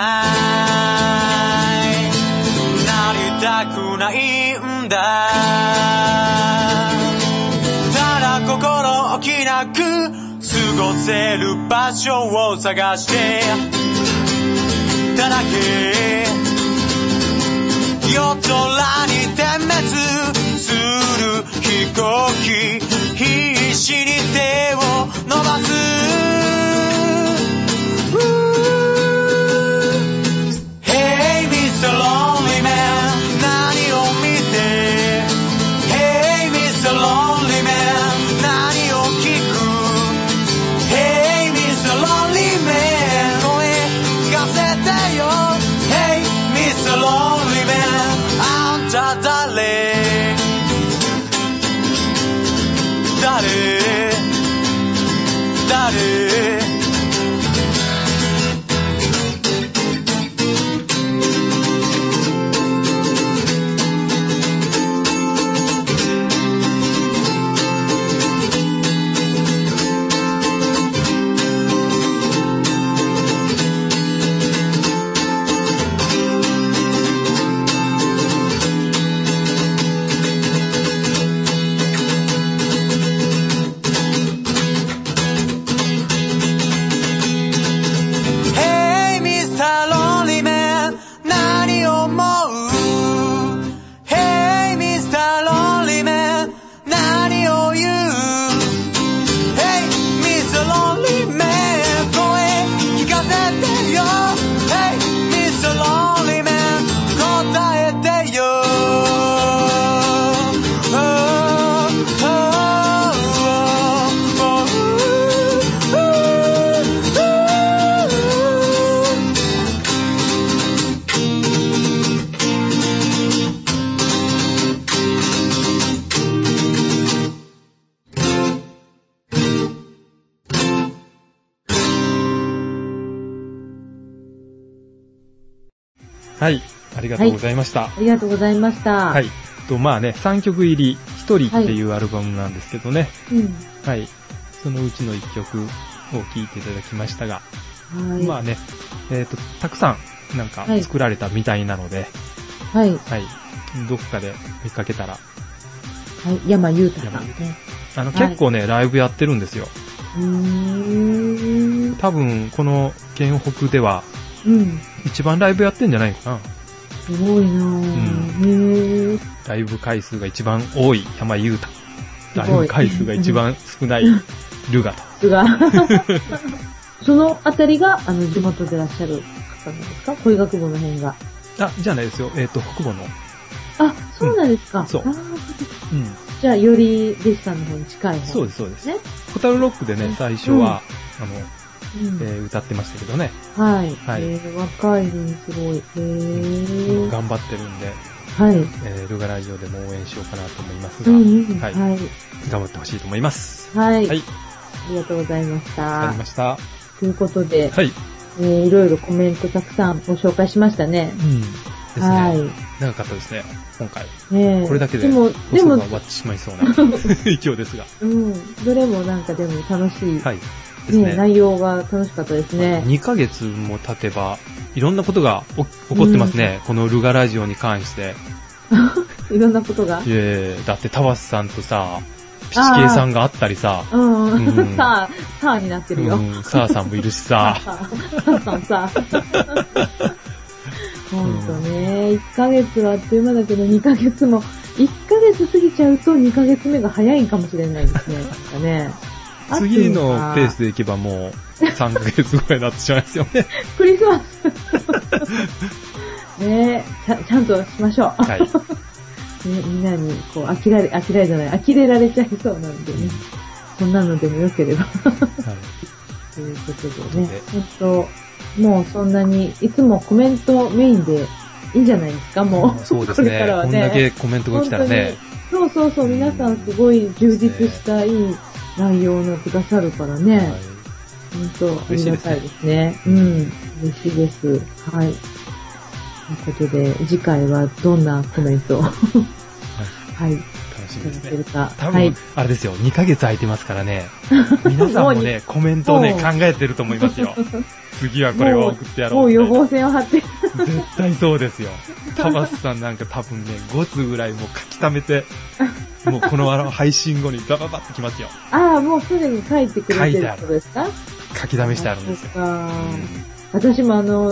ないなりたくないんだただ心置きなく過ごせる場所を探してだらけ夜空に点滅する飛行機必死に手を伸ばすHey Mr. Lonely Man 何を見て Hey Mr. Lonely Man 何を聞く Hey Mr. Lonely Man 声聞かせてよ Hey Mr. Lonely Man あんた誰はい、ありがとうございました。はい、 ありがとうございました。 はい。まあね、3曲入り、一人っていうアルバムなんですけどね。はい。そのうちの1曲を聴いていただきましたが、はい、まあね、たくさんなんか作られたみたいなので、はい。はい。どっかで見かけたら。 はい、山優太さんね。 結構ね、ライブやってるんですよ。多分、この県北では、一番ライブやってんじゃないかな。 すごいなぁ、 ライブ回数が一番多い山優太。ライブ回数が一番少ないルガと。 そのあたりが、地元でいらっしゃる方なんですか？恋学部の辺が。 じゃないですよ。北部の。 あ、そうなんですか。 そう。 じゃあ、より弟子さんの方に近い方。 そうです、そうです。ホタルロックでね、最初は、歌ってましたけどね。 はい。はい。若いのにすごい。 頑張ってるんで、 はい。 ルガラジオでも応援しようかなと思いますが、はい。頑張ってほしいと思います。 はい。はい。ありがとうございました。 ありました。 ということで、 はい。 いろいろコメントたくさんご紹介しましたね。 ですね。はい。長かったですね、今回。これだけで、放送が終わってしまいそうな勢いですが。 どれもなんかでも楽しい。 はい。 内容が楽しかったですね。 2ヶ月も経てば、いろんなことが起こってますね。このルガラジオに関して。 いろんなことがだってタワスさんとさ、ピチケイさんがあったりさ。 さあになってるよ。 さあさんもいるしさ。 さあ。ほんとね、1ヶ月はあっという間だけど、2ヶ月も、1ヶ月過ぎちゃうと2ヶ月目が早いかもしれないですね。なんかね。 次のペースでいけばもう3ヶ月ぐらいになってしまいますよね。 クリスマスねえ、ちゃんとしましょう。はい。ね、みんなにこう呆れられちゃいそうなんでね。そんなのでもよければ。はい。ということでね、もうそんなに、いつもコメントメインでいいんじゃないですか、もう。 そうですね。これからはね。こんだけコメントが来たらね。 そう、皆さんすごい充実したいい内容のくださるからね。はい、本当ありがたいですね。嬉しいです。はい。ということで、次回はどんなコメントをはい。 楽しみですね。多分、あれですよ、2ヶ月空いてますからね。皆さんもね、コメントをね、考えてると思いますよ。次はこれを送ってやろう。 もう予防線を張って。 絶対そうですよ。タバスさんなんか多分ね、5通ぐらいもう書き溜めて、もうこの配信後にバババってきますよ。 もうすでに書いてくれてることですか？ 書き溜めしてあるんですよ。 私も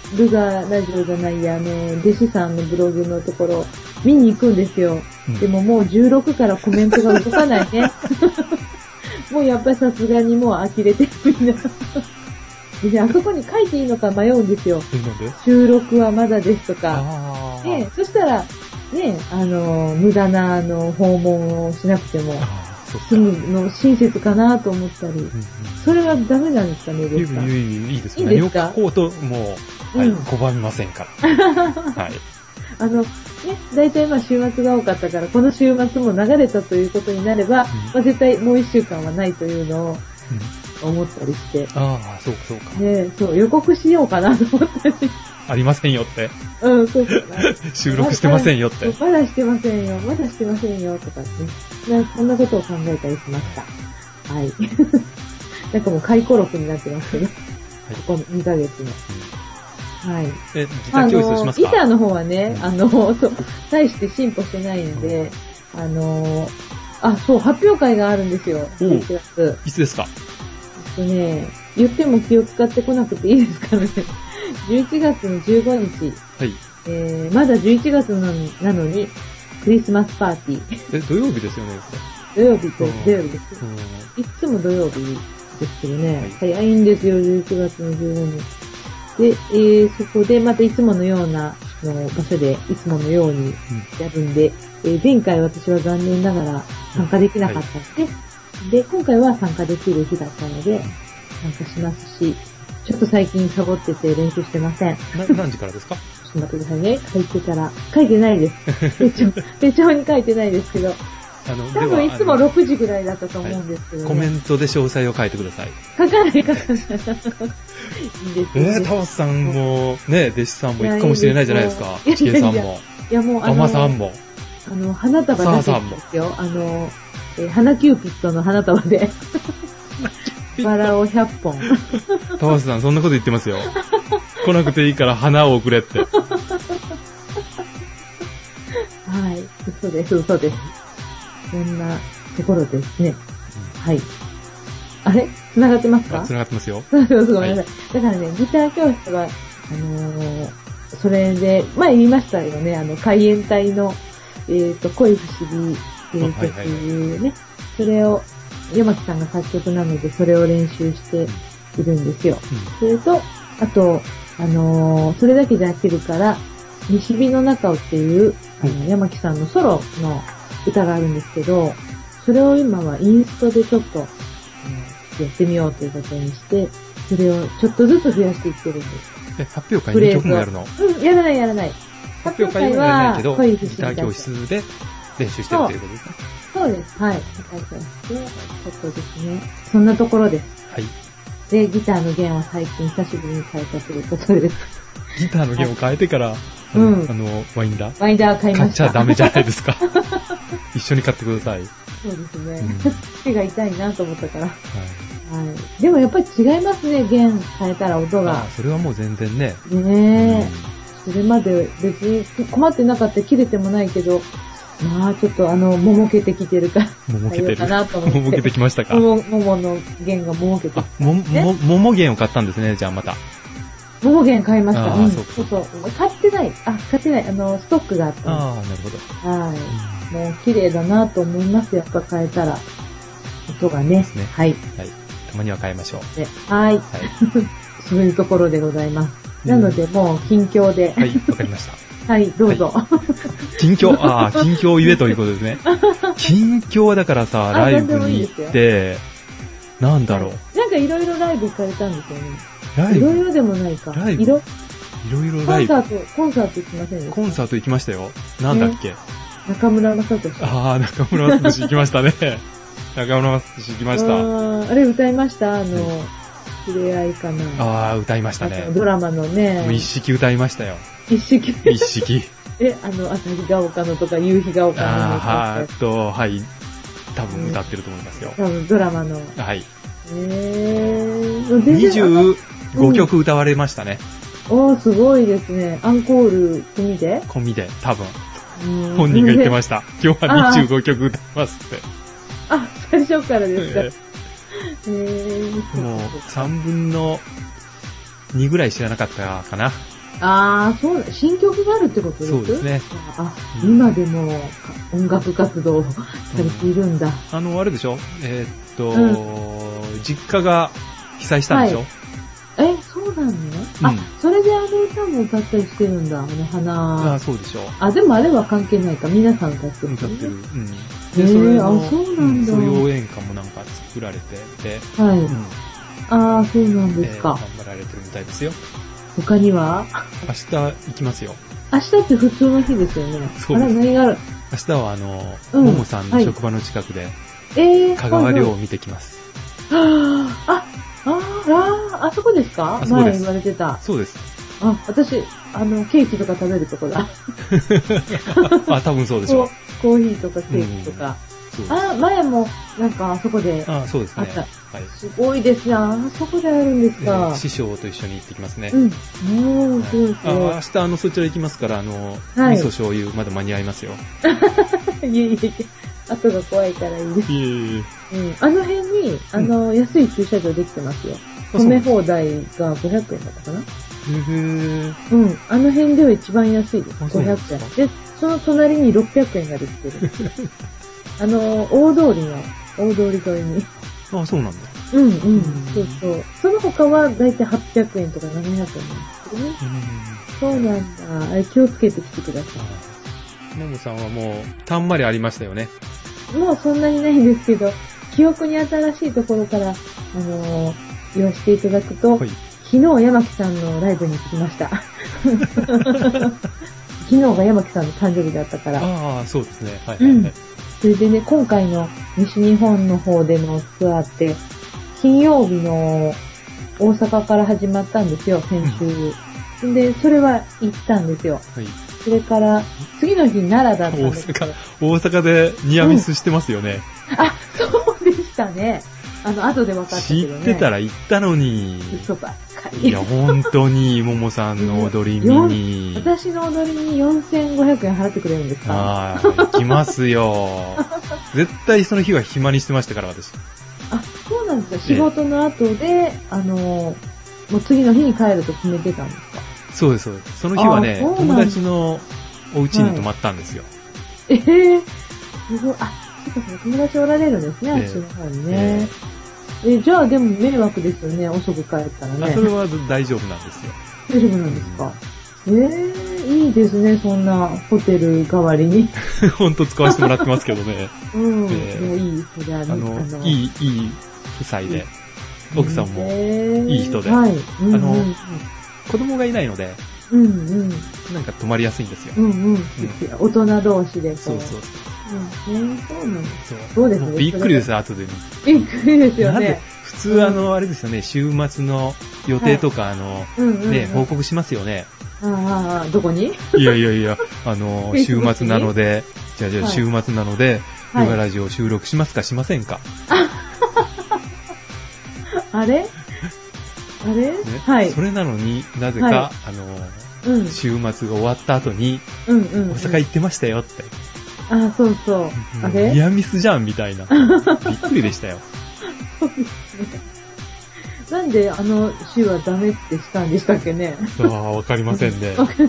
ルガラジオじゃないや、弟子さんのブログのところ、見に行くんですよ。でももう16からコメントが動かないね。もうやっぱりさすがにもう呆れてるみんな。で、あそこに書いていいのか迷うんですよ。収録はまだですとか。ね、そしたら、ね、無駄な訪問をしなくても済むの親切かなと思ったり。それはダメなんですかね、ですか？ いいですか？ いいですか？ こうと、もう、はい、拒みませんから。はい。 ね、大体週末が多かったから、この週末も流れたということになれば、絶対もう1週間はないというのを思ったりして。 ああ、そうか。 ね、そう、予告しようかなと思ったり。 ありませんよって。 そうかな。 収録してませんよって。 まだしてませんよとかね。そんなことを考えたりしました。はい。なんかもう回顧録になってますけど。ここ2ヶ月の。はい。 ギター教室しますか？ ギターの方はね、大して進歩してないんで、そう、発表会があるんですよ。11月。 いつですか？ 言っても気を使ってこなくていいですかね。11月の15日。 はい。 まだ11月なのに、クリスマスパーティー。 土曜日ですよね、 土曜日ですよ。いつも土曜日ですけどね、早いんですよ、11月の15日。で、そこでまたいつものような場所でいつものようにやるんで、前回私は残念ながら参加できなかったので、で、今回は参加できる日だったので、参加しますし、ちょっと最近サボってて練習してません。 何時からですか？ ちょっと待ってくださいね。書いてないです。手帳に書いてないですけど。多分いつも6時ぐらいだったと思うんですけどね。 コメントで詳細を書いてください。 書かない。いいですね。タオスさんも、ね、弟子さんも行くかもしれないじゃないですか。チケさんも。 いやもうママさんも。 花束だけですよ。花キューピッドの花束で。バラを100本。 タオスさん、そんなこと言ってますよ。来なくていいから花を送れって。はい、 嘘です。そんなところですね。はい。あれ？繋がってますか？ 繋がってますよ。 ごめんなさい。だからね、ギター教室は、それで、前言いましたよね、海援隊の、恋不思議っていう曲ね。それを、山木さんが作曲なので、それを練習しているんですよ。それと、あと、それだけじゃ飽きるから、西日の中をっていう、山木さんのソロの歌があるんですけど、それを今はインストでちょっと、やってみようということにして、それをちょっとずつ増やしていってるんです。 発表会2曲もやるの？ やらない。 発表会はやらないけど、ギター教室で練習してるということですね。 そうです。はい。ギター教室で、ちょっとですね。そんなところです。 はい。 で、ギターの弦を最近久しぶりに変えたということです。 ギターの弦を変えてから、ワインダー買いました。 買っちゃダメじゃないですか。一緒に買ってください。 そうですね。手が痛いなと思ったから。はい。でもやっぱり違いますね、弦変えたら音が。 それはもう全然ね。 ねえ。それまで別に困ってなかったら切れてもないけど、まあちょっともけてきてるから。 もけてるかなと思って。もけてきましたか。 もの弦がもけてきた、ね。 も弦を買ったんですね、じゃあまた。 も弦買いました。そう。買ってない。ストックがあった。 なるほど。 はい。もう綺麗だなと思います。やっぱ変えたら。音がね。はい。 たまには変えましょう。 はい。そういうところでございます。なので、もう近況で。 はい、わかりました。 はい、どうぞ。 近況を言えということですね。近況はだからさ、ライブに行って、なんだろう。 なんかいろいろライブ行かれたんですよね。 ライブ？ いろいろでもないか。 ライブ？いろいろライブ。 コンサート行きませんでした？ コンサート行きましたよ。なんだっけ？ 中村正俊。 中村正俊行きましたね。中村正俊行きました。 あれ歌いました？触れ合いかな。 歌いましたね。 ドラマのね。 一式歌いましたよ。 一式。 朝日が丘のとか夕日が丘の。 はい。多分歌ってると思いますよ。 多分ドラマの。 はい。 25 曲歌われましたね。 すごいですね。アンコール込みで、 多分。本人が言ってました。今日は25曲歌いますって。 最初からですか。 もう3分の2ぐらい知らなかったかな。 そうだ。新曲があるってことです？ そうですね。 今でも音楽活動されているんだ。 あれでしょ？実家が被災したんでしょ？ そうなのね。それで歌も歌ったりしてるんだ。花。 そうでしょ。 でもあれは関係ないか。皆さん歌ってる。 歌ってる。 で、それの、そうなんだ。 そういう応援歌もなんか作られてて。 はい。そうなんですか。 頑張られてるみたいですよ。 他には？ 明日行きますよ。 明日って普通の日ですよね。 そうです。 何がある？ 明日はももさんの職場の近くで、香川寮を見てきます。 あそこですか？前言われてた。 そうです。 私、ケーキとか食べるとこだ。 多分そうでしょう。 コーヒーとかケーキとか。前も、なんかあそこで。 そうですね。 すごいですね。あそこであるんですか。 師匠と一緒に行ってきますね。 そうですね。 明日そちら行きますから、味噌醤油まだ間に合いますよ。 後が怖いからいいです。あの辺に、安い駐車場できてますよ。止め放題が500円だったかな？あの辺では一番安いです。500円。で、その隣に600円ができてる。大通り沿いに。 そうなんだ。 そうそう。その他はだいたい800円とか700円なんですけどね。そうなんだ。気をつけてきてください。 ももさんはもう、たんまりありましたよね。 もうそんなにないんですけど、記憶に新しいところから、言わせていただくと、昨日山木さんのライブに行きました。昨日が山木さんの誕生日だったから。 そうですね。 それでね、今回の西日本の方でのツアーって、金曜日の大阪から始まったんですよ、先週。で、それは行ったんですよ。それから、次の日奈良だったんですけど。 大阪でニアミスしてますよね。 そうでしたね。後で分かったけどね。 知ってたら行ったのに。 嘘ばっかり。 いや、本当に、ももさんの踊り見に。 私の踊りに4500円払ってくれるんですか？ 行きますよ。絶対その日は暇にしてましたから、私。 そうなんですか。仕事の後で、もう次の日に帰ると決めてたんですか？ そうです、そうです。その日はね、友達のお家に泊まったんですよ。 すごい。そうか、友達おられるんですね、あっちの方にね。じゃあでも迷惑ですよね、遅く帰ったらね。 それは大丈夫なんですよ。 大丈夫なんですか？いいですね、そんなホテル代わりに。 ほんと使わせてもらってますけどね。 もういい、それいい夫妻で、奥さんもいい人で、子供がいないので、なんか泊まりやすいんですよ。 大人同士で。 そう。 そうなんですよ。そうですね。 びっくりです、後で見て。びっくりですよね。 普通あれですよね、週末の予定とか報告しますよね。 どこに？ いや、週末なので、じゃあ週末なので、ヨガラジオ収録しますかしませんか？ あれそれなのになぜか、週末が終わった後に、大阪行ってましたよって。 そうそう。 ニアミスじゃんみたいな。びっくりでしたよ。 そうですね。なんで週はダメってしたんでしたっけね。 わかりませんね。 そうか。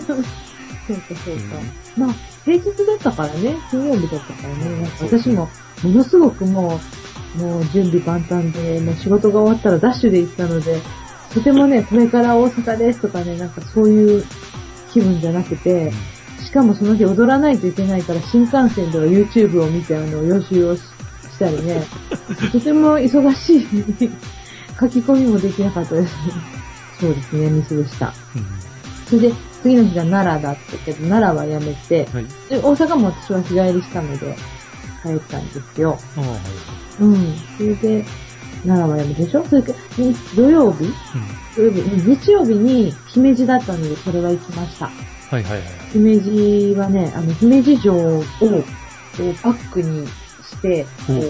まあ、平日だったからね、金曜日だったからね、私もものすごくもう準備万端で、もう仕事が終わったらダッシュで行ったので、とてもね、これから大阪ですとかね、なんかそういう気分じゃなくて、しかもその日踊らないといけないから新幹線では YouTube を見て予習をしたりね、とても忙しい書き込みもできなかったですね。そうですね、ミスでした。それで次の日が奈良だったけど、奈良はやめて、で大阪も私は日帰りしたので帰ったんですよ。それで奈良はやめてでしょ。それから土曜日、日曜日に姫路だったのでそれは行きました。姫路はね、姫路城をバックにして、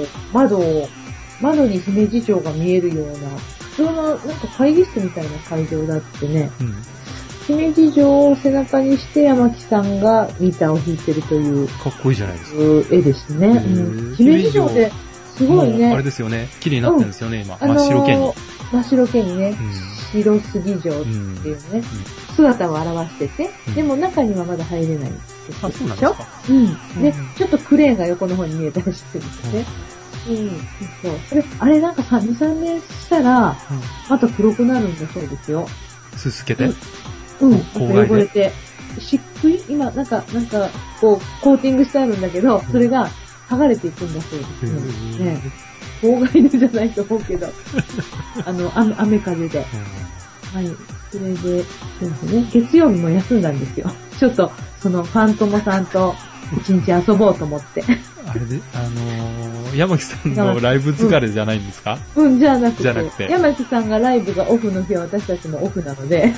窓に姫路城が見えるような、普通のなんか会議室みたいな会場だってね、姫路城を背中にして山木さんがギターを弾いてるという。 かっこいいじゃないですか。 絵でしたね。姫路城ってすごいね。 あれですよね。綺麗になってるんですよね、今。真っ白系に。 真っ白系にね。 城杉城っていうね、姿を表してて、でも中にはまだ入れないんですよ。 あ、そうなんですか。 で、ちょっとクレーンが横の方に見えたりしてるんですね。そう。あれなんか2、3年したら、また黒くなるんだそうですよ。 すすけて？ 汚れて。漆喰今、なんか、こう、コーティングしてあるんだけど、それが剥がれていくんだそうですね。妨害でじゃないと思うけど、雨風で。はい。それで、そうですね。月曜日も休んだんですよ。ちょっと、ファントモさんと一日遊ぼうと思って。 あれで、山木さんのライブ疲れじゃないんですか？ じゃなくて。山木さんがライブがオフの日は私たちもオフなので。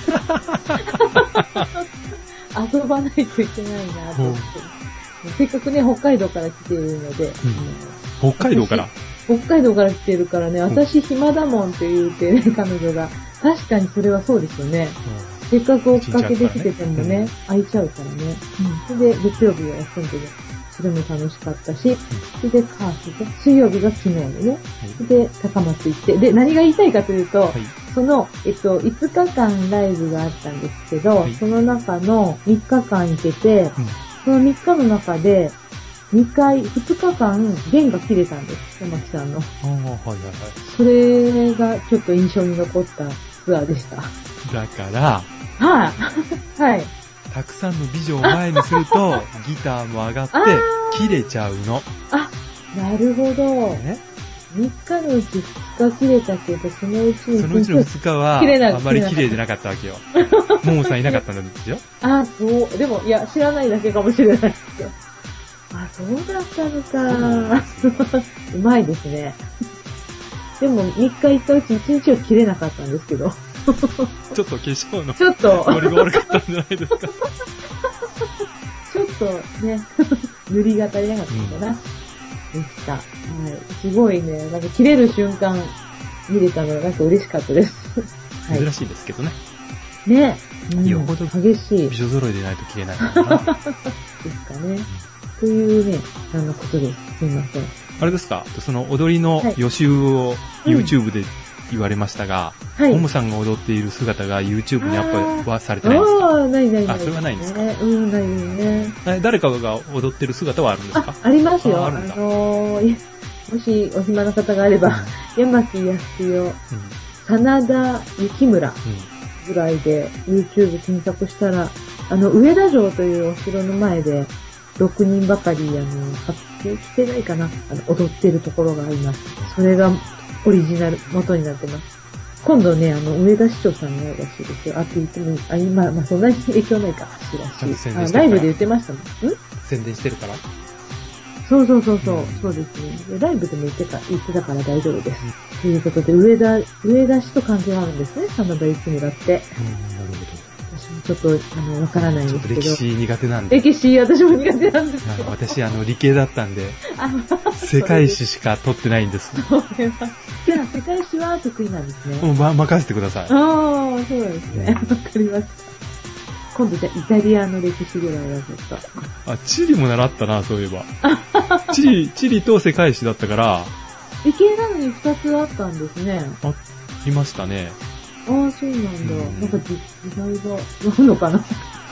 遊ばないといけないなと思って。せっかくね、北海道から来ているので。 北海道から来てるからね、私暇だもんって言うてね、彼女が。確かにそれはそうですよね。せっかく追っかけできててもね、空いちゃうからね。それで月曜日は休んでね、それも楽しかったし、それで水曜日が昨日でね、で、高松行って、で、何が言いたいかというと、5日間ライブがあったんですけど、その中の3日間行けて、その3日の中で、2日間、弦が切れたんです、山木さんの。それがちょっと印象に残ったツアーでした。 だから、 はい。 たくさんの美女を前にすると、ギターも上がって、切れちゃうの。 なるほど。3日のうち2日切れたけど、そのうちの 2日は、あまり綺麗じゃなかったわけよ。ももさんいなかったんですよ。 そう。でも、いや、知らないだけかもしれないですよ。そうだったのか。うまいですね。でも、3日行ったうち1日は切れなかったんですけど。 ちょっと化粧の。 ちょっと。 ノリが悪かったんじゃないですか。 ちょっとね、塗りが足りなかったのかな。でした。すごいね、なんか切れる瞬間見れたのがなんか嬉しかったです。 珍しいですけどね。 ね。 よほど激しい。 美女揃いでないと切れないからな。 ですかね。というね、ことです。すいません。 あれですか、その踊りの予習を YouTube で言われましたが、ももさんが踊っている姿が YouTube にアップはされてないんですか？ ない。 それはないんですか？ ないね。 誰かが踊ってる姿はあるんですか？ ありますよ。もしお暇な方があれば、山木康代、真田幸村ぐらいで YouTube 検索したら、上田城というお城の前で、6人ばかり、発表してないかな、踊ってるところがあります。それがオリジナル、元になってます。今度ね、上田市長さんがやるらしいですよ。って言っても今、そんなに影響ないか、らしい。ライブで言ってましたもん。 宣伝してるから？ そうですね。ライブでも言ってたから大丈夫です。ということで、上田市と関係があるんですね、真田幸村って。 なるほど。 私もちょっと、わからないんですけど。 歴史苦手なんで。 私も苦手なんですよ。 私、理系だったんで、世界史しか取ってないんです。 じゃあ、世界史は得意なんですね。 任せてください。 そうなんですね。わかりました。今度じゃあ、イタリアの歴史ぐらいはちょっと。 地理も習ったな、そういえば。地理と世界史だったから。 理系なのに2つあったんですね。 ありましたね。 そうなんだ。なんか時代が、なんのかな。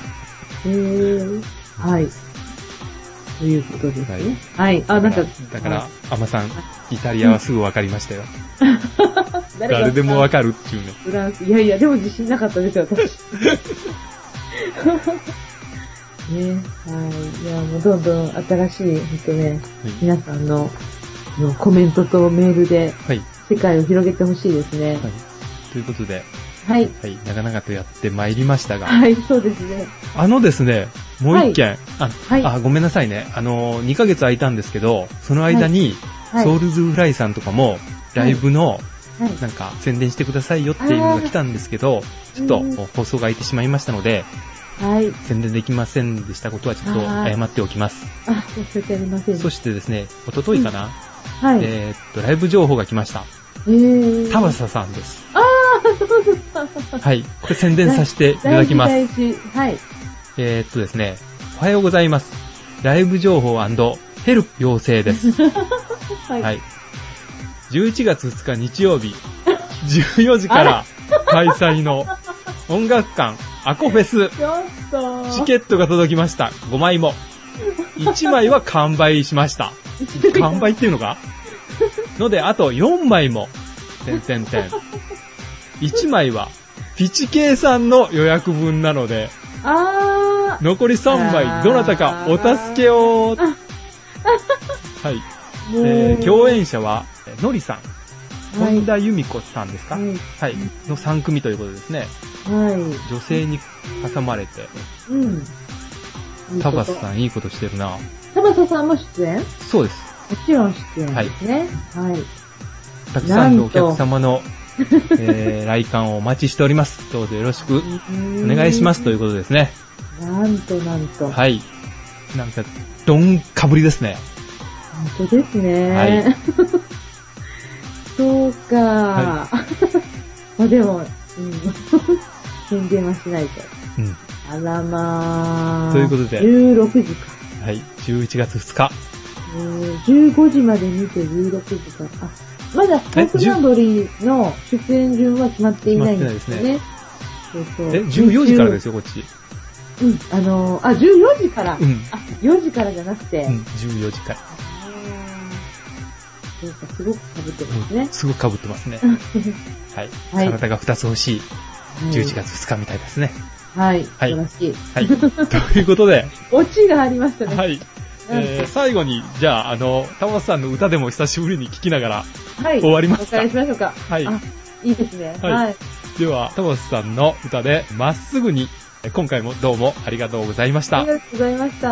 はい。ということですね。はい。なんか。 だから、アマさん、イタリアはすぐわかりましたよ。誰でもわかるっていうね。 フランス。いや、でも自信なかったですよ、私。ね、はい。いや、もうどんどん新しい、皆さんのコメントとメールで、世界を広げてほしいですね。 ということで、長々とやってまいりましたが、 そうですね。 ですね、もう一件、ごめんなさいね、2ヶ月空いたんですけど、その間に、ソウルズフライさんとかも、ライブの、なんか、宣伝してくださいよっていうのが来たんですけど、ちょっと放送が空いてしまいましたので、宣伝できませんでしたことはちょっと謝っておきます。 申し訳ありません。 そしてですね、一昨日かな、ライブ情報が来ました。田畑さんです。 そうですか。 はい。これ宣伝させていただきます。ですね、おはようございます。ライブ情報&ヘルプ要請です。11月2日日曜日、14時から、 開催の音楽館アコフェス。 ちょっと。 チケットが届きました。5枚も。1枚は完売しました。完売っていうのかので、あと4枚も。1枚は、ピチケイさんの予約分なので、残り3枚、どなたかお助けを。はい。共演者は、のりさん。本田由美子さんですか、はい、はい。の3組ということですね。はい。女性に挟まれて。うん。タバスさんいいことしてるな。 タバスさんも出演？ そうです。 もちろん出演ですね。はい。はい。 たくさんのお客様の、来館をお待ちしております。どうぞよろしくお願いしますということですね。 なんと。 はい。なんか、どんかぶりですね。 本当ですね。はい。そうか。はい、でも、宣伝はしないと。うん。あらまー。 ということで。 16時か。 はい。11月2日。 15時まで見て16時か。まだ、トークナンドリーの出演順は決まっていないんですね。 14時からですよ、こっち。 うん。14時から。うん。4時からじゃなくて。 うん、14時から。 すごく被ってますね。 すごく被ってますね。はい。体が2つ欲しい11月2日みたいですね。 はい。素晴らしい。 はい。ということで。 オチがありましたね。 はい。最後に、じゃあ、タマスさんの歌でも久しぶりに聴きながら、はい。終わりますか。 お別れしましょうか。はい。いいですね。はい。 では、タマスさんの歌で、まっすぐに、今回もどうもありがとうございました。 ありがとうございました。